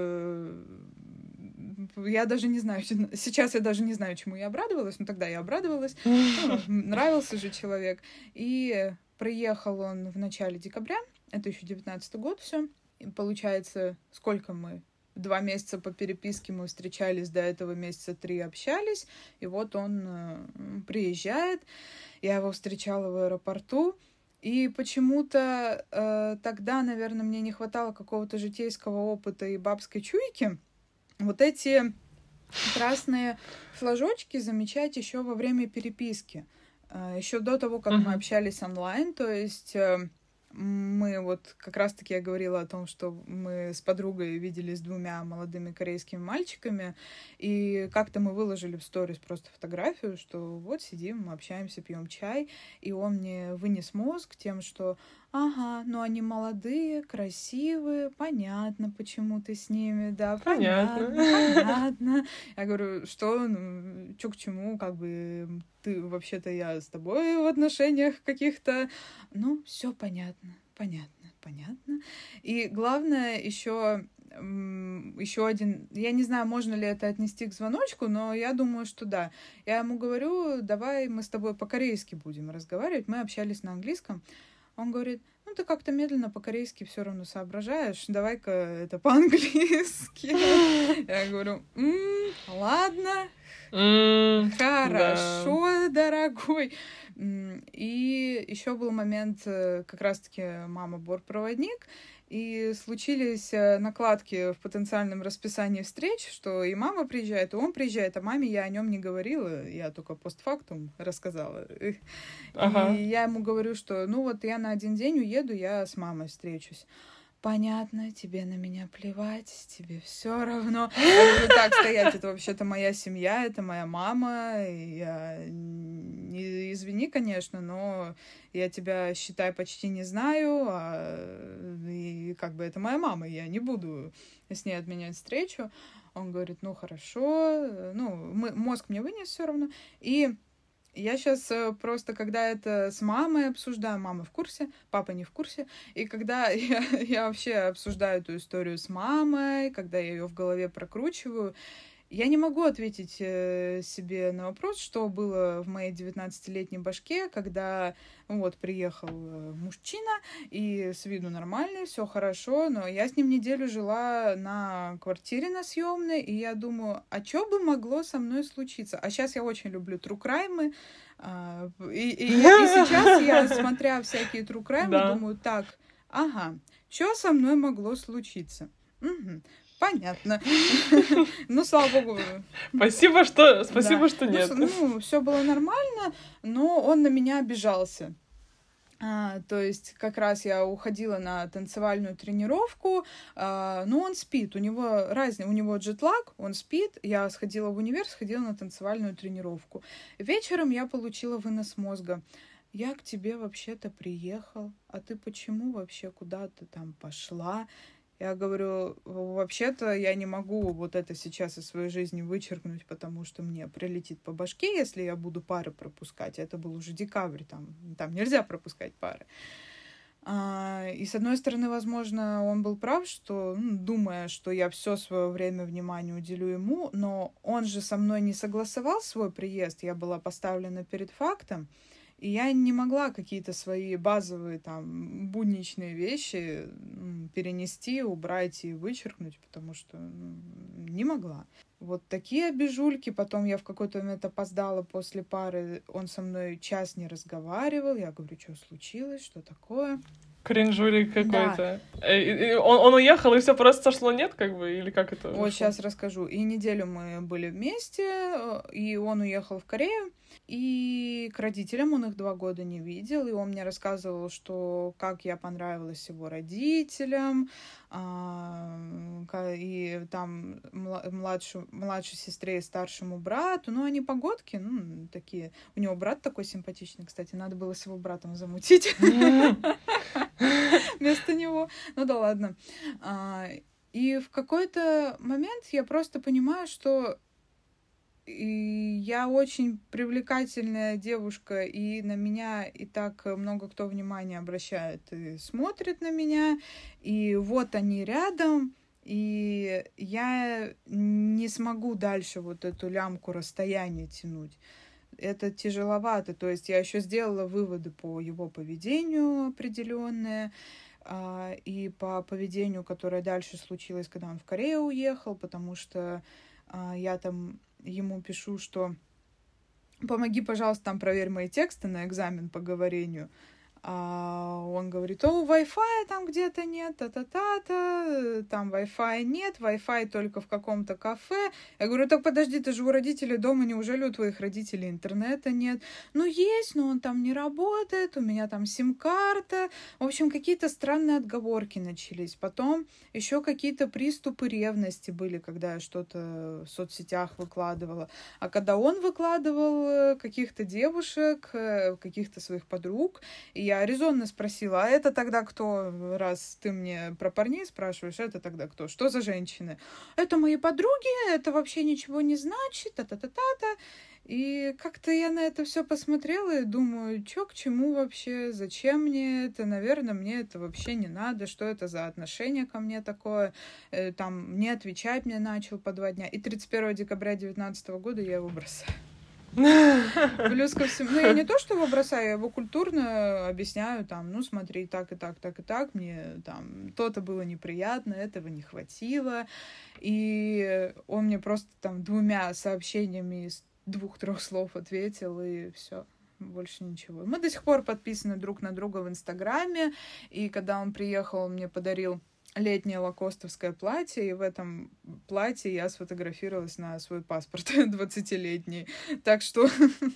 Я даже не знаю, сейчас я даже не знаю, чему я обрадовалась, но тогда я обрадовалась. Ну, нравился же человек. И приехал он в начале декабря, это еще девятнадцатый год все. И получается, сколько мы? Два месяца по переписке мы встречались, до этого месяца три общались. И вот он э, приезжает, я его встречала в аэропорту. И почему-то э, тогда, наверное, мне не хватало какого-то житейского опыта и бабской чуйки. Вот эти красные флажочки замечать еще во время переписки. Еще до того, как uh-huh. мы общались онлайн. То есть мы вот как раз-таки я говорила о том, что мы с подругой виделись с двумя молодыми корейскими мальчиками. И как-то мы выложили в сторис просто фотографию, что вот сидим, мы общаемся, пьем чай. И он мне вынес мозг тем, что ага, ну они молодые, красивые, понятно, почему ты с ними, да, понятно, понятно. понятно. Я говорю, что, ну, чё к чему, как бы, ты, вообще-то я с тобой в отношениях каких-то, ну, все понятно, понятно, понятно. И главное еще... еще один, я не знаю, можно ли это отнести к звоночку, но я думаю, что да. Я ему говорю, давай мы с тобой по-корейски будем разговаривать. Мы общались на английском. Он говорит, ну, ты как-то медленно по-корейски все равно соображаешь, давай-ка это по-английски. Я говорю, ладно, хорошо, дорогой. И еще был момент, как раз-таки мама бортпроводник, и случились накладки в потенциальном расписании встреч, что и мама приезжает, и он приезжает, а маме я о нем не говорила, я только постфактум рассказала. Ага. И я ему говорю, что ну вот я на один день уеду, я с мамой встречусь. Понятно, тебе на меня плевать, тебе все равно. Я говорю, так, стоять, это вообще-то моя семья, это моя мама. Я... Не, извини, конечно, но я тебя, считай, почти не знаю, а... и как бы это моя мама, я не буду с ней отменять встречу. Он говорит, ну, хорошо, ну, мы... мозг мне вынес все равно. И я сейчас просто, когда это с мамой обсуждаю, мама в курсе, папа не в курсе, и когда я, я вообще обсуждаю эту историю с мамой, когда я ее в голове прокручиваю, я не могу ответить себе на вопрос, что было в моей девятнадцатилетней башке, когда вот приехал мужчина, и с виду нормальный, все хорошо, но я с ним неделю жила на квартире на съемной, и я думаю, а что бы могло со мной случиться? А сейчас я очень люблю true crime, и, и, и сейчас я, смотря всякие true crime, да. думаю, так, Ага, что со мной могло случиться? Угу. Понятно. Ну, слава богу. Спасибо, что, спасибо, да. что нет. Ну, ну, все было нормально, но он на меня обижался. А, то есть как раз я уходила на танцевальную тренировку, а, но он спит, у него разный, у него джетлаг, он спит, я сходила в универ, сходила на танцевальную тренировку. Вечером я получила вынос мозга. Я к тебе вообще-то приехал, а ты почему вообще куда-то там пошла? Я говорю, вообще-то я не могу вот это сейчас из своей жизни вычеркнуть, потому что мне прилетит по башке, если я буду пары пропускать. Это был уже декабрь, там, там нельзя пропускать пары. А, и с одной стороны, возможно, он был прав, что, ну, думая, что я все свое время внимания уделю ему, но он же со мной не согласовал свой приезд, я была поставлена перед фактом. И я не могла какие-то свои базовые, там, будничные вещи перенести, убрать и вычеркнуть, потому что ну, не могла. Вот такие обижульки. Потом я в какой-то момент опоздала после пары. Он со мной час не разговаривал. Я говорю, что случилось, что такое? Кринжурик какой-то. Да. И, и он, он уехал, и все просто сошло нет, как бы, или как это? Вот вышло? Сейчас расскажу. И неделю мы были вместе, и он уехал в Корею. И к родителям он их два года не видел, и он мне рассказывал, что как я понравилась его родителям, и там младшей, младшей сестре и старшему брату. Ну, они погодки, ну, такие. У него брат такой симпатичный, кстати, надо было с его братом замутить вместо него. Ну да ладно. И в какой-то момент я просто понимаю, что и я очень привлекательная девушка, и на меня и так много кто внимания обращает и смотрит на меня, и вот они рядом, и я не смогу дальше вот эту лямку расстояния тянуть. Это тяжеловато, то есть я еще сделала выводы по его поведению определенные, и по поведению, которое дальше случилось, когда он в Корею уехал, потому что я там ему пишу, что помоги, пожалуйста, там проверь мои тексты на экзамен по говорению. А он говорит, о, Wi-Fi там где-то нет, та-та-та-та, там Wi-Fi нет, Wi-Fi только в каком-то кафе. Я говорю, так подожди, ты же у родителей дома, неужели у твоих родителей интернета нет? Ну, есть, но он там не работает, у меня там сим-карта. В общем, какие-то странные отговорки начались. Потом еще какие-то приступы ревности были, когда я что-то в соцсетях выкладывала. А когда он выкладывал каких-то девушек, каких-то своих подруг, и я Я резонно спросила, а это тогда кто, раз ты мне про парней спрашиваешь, это тогда кто? Что за женщины? Это мои подруги, это вообще ничего не значит, та-та-та-та-та. И как-то я на это все посмотрела и думаю, что к чему вообще, зачем мне это, наверное, мне это вообще не надо, что это за отношение ко мне такое, там, не отвечать мне начал по два дня. И тридцать первого декабря две тысячи девятнадцатого года я его бросаю. Плюс ко всему, ну я не то, что его бросаю, я его культурно объясняю, там, ну смотри, так и так, так и так, мне там то-то было неприятно, этого не хватило, и он мне просто там двумя сообщениями из двух-трех слов ответил, и все. Больше ничего. Мы до сих пор подписаны друг на друга в Инстаграме, и когда он приехал, он мне подарил летнее лакостовское платье, и в этом платье я сфотографировалась на свой паспорт двадцатилетний. Так что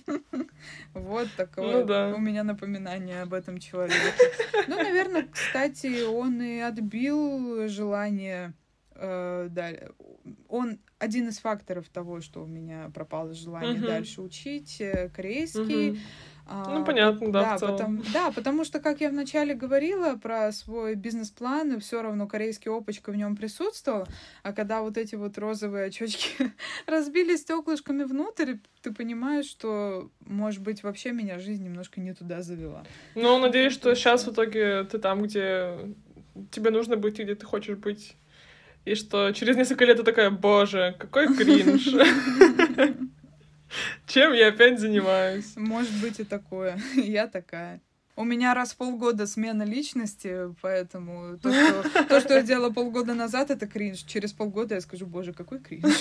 вот такое ну, да. у меня напоминание об этом человеке. Ну, наверное, кстати, он и отбил желание... Э, да, он один из факторов того, что у меня пропало желание uh-huh. дальше учить корейский. Uh-huh. Ну, понятно, да, да, в целом. Потому, да, потому что, как я вначале говорила про свой бизнес-план, и все равно корейский опачка в нем присутствовал, а когда вот эти вот розовые очечки разбили стеклышками внутрь, ты понимаешь, что, может быть, вообще меня жизнь немножко не туда завела. Ну, надеюсь, что сейчас в итоге ты там, где тебе нужно быть и где ты хочешь быть, и что через несколько лет ты такая, боже, какой кринж. Чем я опять занимаюсь? Может быть и такое. Я такая. У меня раз в полгода смена личности, поэтому то, что, то, что я делала полгода назад, это кринж. Через полгода я скажу, боже, какой кринж.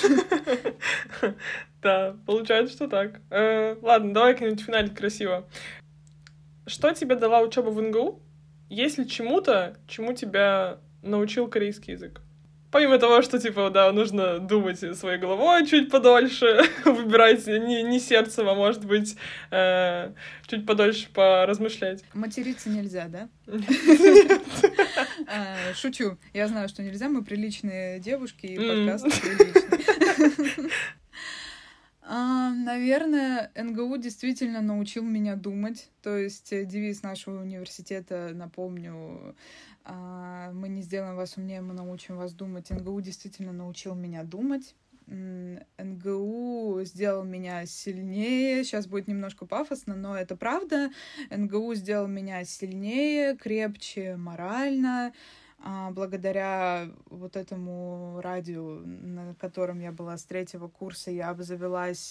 Да, получается, что так. Ладно, давай как-нибудь финалить красиво. Что тебе дала учеба в эн гэ у? есть ли чему-то, чему тебя научил корейский язык? Помимо того, что, типа, да, нужно думать своей головой чуть подольше, выбирать не, не сердцем, а, может быть, э, чуть подольше поразмышлять. Материться нельзя, да? Шучу. Я знаю, что нельзя, мы приличные девушки, и подкаст приличный. Наверное, эн гэ у действительно научил меня думать. То есть девиз нашего университета, напомню, мы не сделаем вас умнее, мы научим вас думать. эн гэ у действительно научил меня думать. эн гэ у сделал меня сильнее. Сейчас будет немножко пафосно, но это правда. эн гэ у сделал меня сильнее, крепче морально. Благодаря вот этому радио, на котором я была с третьего курса, я обзавелась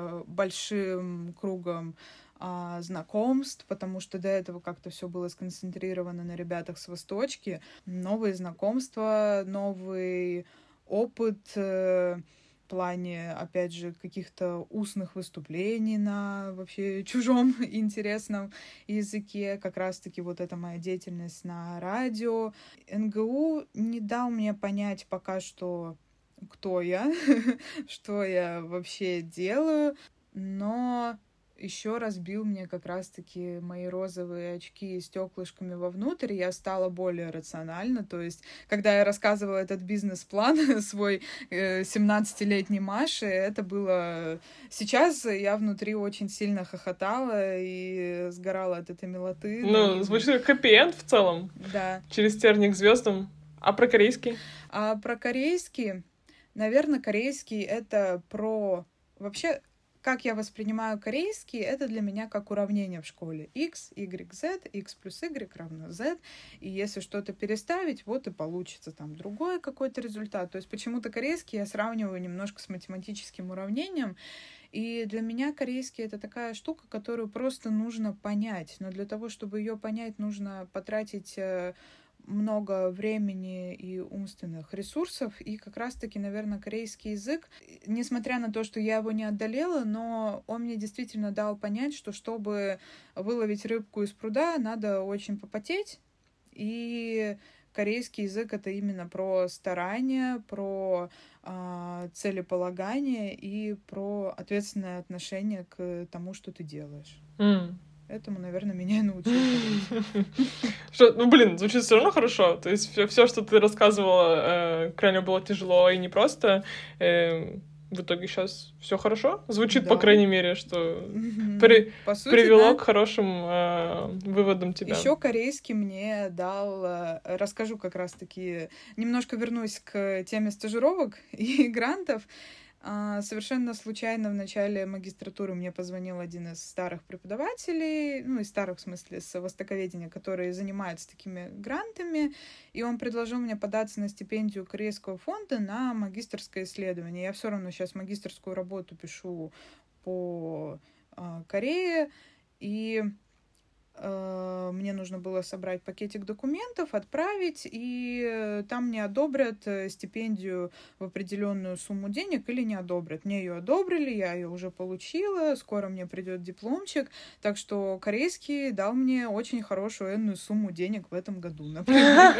большим кругом а, знакомств, потому что до этого как-то все было сконцентрировано на ребятах с Восточки. Новые знакомства, новый опыт в плане, опять же, каких-то устных выступлений на вообще чужом интересном языке. Как раз-таки вот эта моя деятельность на радио. эн гэ у не дал мне понять пока что, кто я, что я вообще делаю, но еще разбил мне как раз-таки мои розовые очки с стеклышками вовнутрь, я стала более рациональна. То есть, когда я рассказывала этот бизнес-план свой семнадцатилетней Маше, это было... Сейчас я внутри очень сильно хохотала и сгорала от этой милоты. Ну, звучит как хэппи-энд в целом. Да. Через терник к звездам. А про корейский? А про корейский... Наверное, корейский — это про... Вообще... Как я воспринимаю корейский, это для меня как уравнение в школе. X, Y, Z, X плюс Y равно Z. И если что-то переставить, вот и получится там другой какой-то результат. То есть почему-то корейский я сравниваю немножко с математическим уравнением. И для меня корейский — это такая штука, которую просто нужно понять. Но для того, чтобы ее понять, нужно потратить много времени и умственных ресурсов, и как раз-таки, наверное, корейский язык, несмотря на то, что я его не одолела, но он мне действительно дал понять, что чтобы выловить рыбку из пруда, надо очень попотеть, и корейский язык — это именно про старание, про э, целеполагание и про ответственное отношение к тому, что ты делаешь. Mm. Этому, наверное, меня и научили. Что, ну, блин, звучит все равно хорошо. То есть все, что ты рассказывала, э, крайне было тяжело и непросто. Э, в итоге сейчас все хорошо. Звучит, да. По крайней мере, что при... По сути, привело да. к хорошим э, выводам тебя. Еще корейский мне дал... Э, расскажу как раз-таки... Немножко вернусь к теме стажировок и грантов. Совершенно случайно в начале магистратуры мне позвонил один из старых преподавателей, ну, из старых, в смысле, с востоковедения, который занимается такими грантами, и он предложил мне податься на стипендию Корейского фонда на магистерское исследование. Я все равно сейчас магистерскую работу пишу по э, Корее, и э, мне нужно было собрать пакетик документов, отправить, и там мне одобрят стипендию в определенную сумму денег или не одобрят. Мне ее одобрили, я ее уже получила, скоро мне придет дипломчик, так что корейский дал мне очень хорошую энную сумму денег в этом году, например.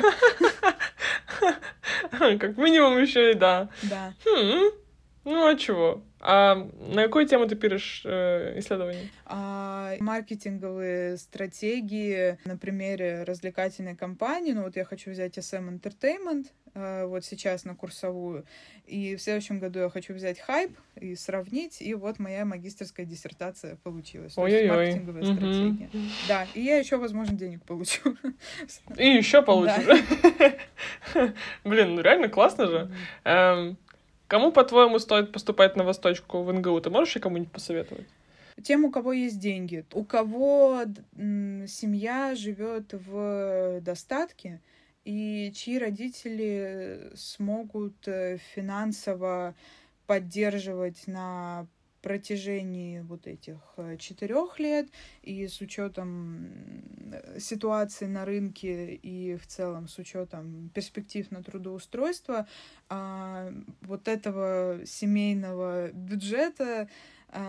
Как минимум еще и да. Да. Ну, а чего? А на какую тему ты пишешь э, исследования? А, маркетинговые стратегии на примере развлекательной компании. Ну, вот я хочу взять эс эм Entertainment э, вот сейчас на курсовую. И в следующем году я хочу взять Hype и сравнить. И вот моя магистерская диссертация получилась. То есть маркетинговая угу. стратегия. Да, и я еще, возможно, денег получу. И еще получишь. Блин, ну реально классно же. Кому, по-твоему, стоит поступать на Восточку в эн гэ у? Ты можешь кому-нибудь посоветовать? Тем, у кого есть деньги, у кого м, семья живет в достатке, и чьи родители смогут финансово поддерживать на протяжении вот этих четырех лет, и с учетом ситуации на рынке и в целом с учетом перспектив на трудоустройство, вот этого семейного бюджета,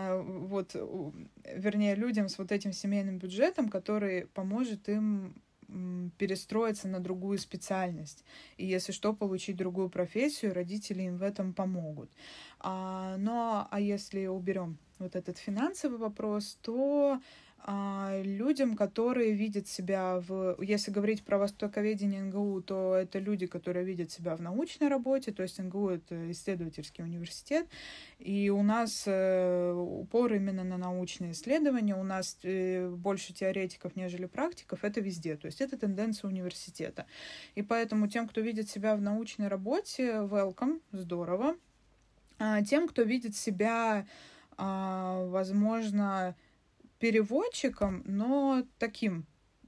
вот, вернее, людям с вот этим семейным бюджетом, который поможет им перестроиться на другую специальность. И если что, получить другую профессию, родители им в этом помогут. А, но, а если уберем вот этот финансовый вопрос, то а, людям, которые видят себя в... Если говорить про востоковедение эн гэ у, то это люди, которые видят себя в научной работе, то есть эн гэ у — это исследовательский университет, и у нас э, упор именно на научные исследования, у нас э, больше теоретиков, нежели практиков, это везде, то есть это тенденция университета. И поэтому тем, кто видит себя в научной работе, welcome, здорово. А тем, кто видит себя, а, возможно, переводчиком, но таким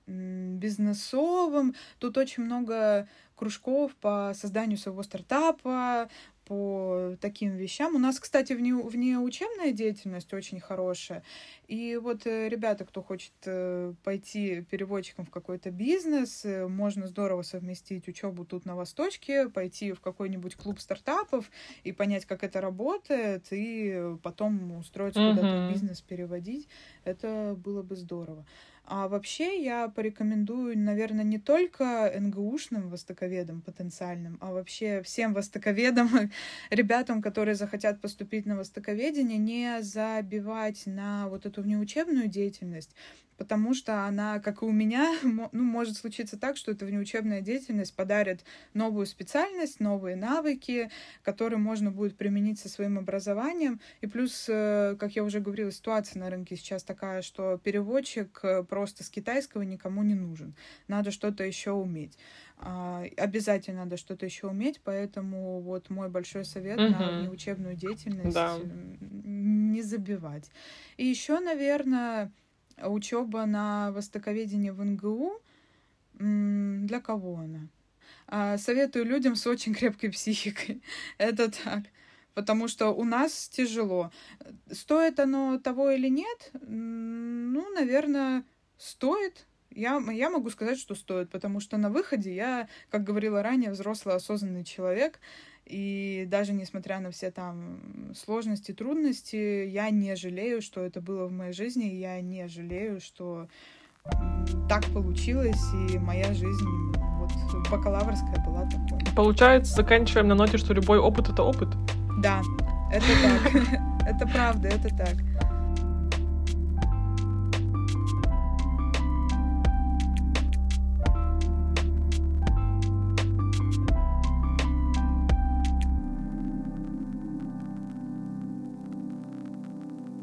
бизнесовым. Тут очень много кружков по созданию своего стартапа, по таким вещам. У нас, кстати, вне, внеучебная деятельность очень хорошая. И вот ребята, кто хочет пойти переводчиком в какой-то бизнес, можно здорово совместить учебу тут на Восточке, пойти в какой-нибудь клуб стартапов и понять, как это работает, и потом устроиться mm-hmm. куда-то в бизнес, переводить. Это было бы здорово. А вообще я порекомендую, наверное, не только эн гэ ушным востоковедам потенциальным, а вообще всем востоковедам, ребятам, которые захотят поступить на востоковедение, не забивать на вот эту внеучебную деятельность, потому что она, как и у меня, ну, может случиться так, что эта внеучебная деятельность подарит новую специальность, новые навыки, которые можно будет применить со своим образованием. И плюс, как я уже говорила, ситуация на рынке сейчас такая, что переводчик просто с китайского никому не нужен. Надо что-то еще уметь. Обязательно надо что-то еще уметь, поэтому вот мой большой совет mm-hmm. на внеучебную деятельность да. не забивать. И еще, наверное, учеба на востоковедении в эн гэ у, для кого она? Советую людям с очень крепкой психикой. Это так. Потому что у нас тяжело. Стоит оно того или нет? Ну, наверное, стоит. Я, я могу сказать, что стоит, потому что на выходе я, как говорила ранее, взрослый осознанный человек, и даже несмотря на все там сложности, трудности, я не жалею, что это было в моей жизни, и я не жалею, что так получилось, и моя жизнь вот бакалаврская была такой. Получается, заканчиваем на ноте, что любой опыт — это опыт? Да, это так. Это правда, это так.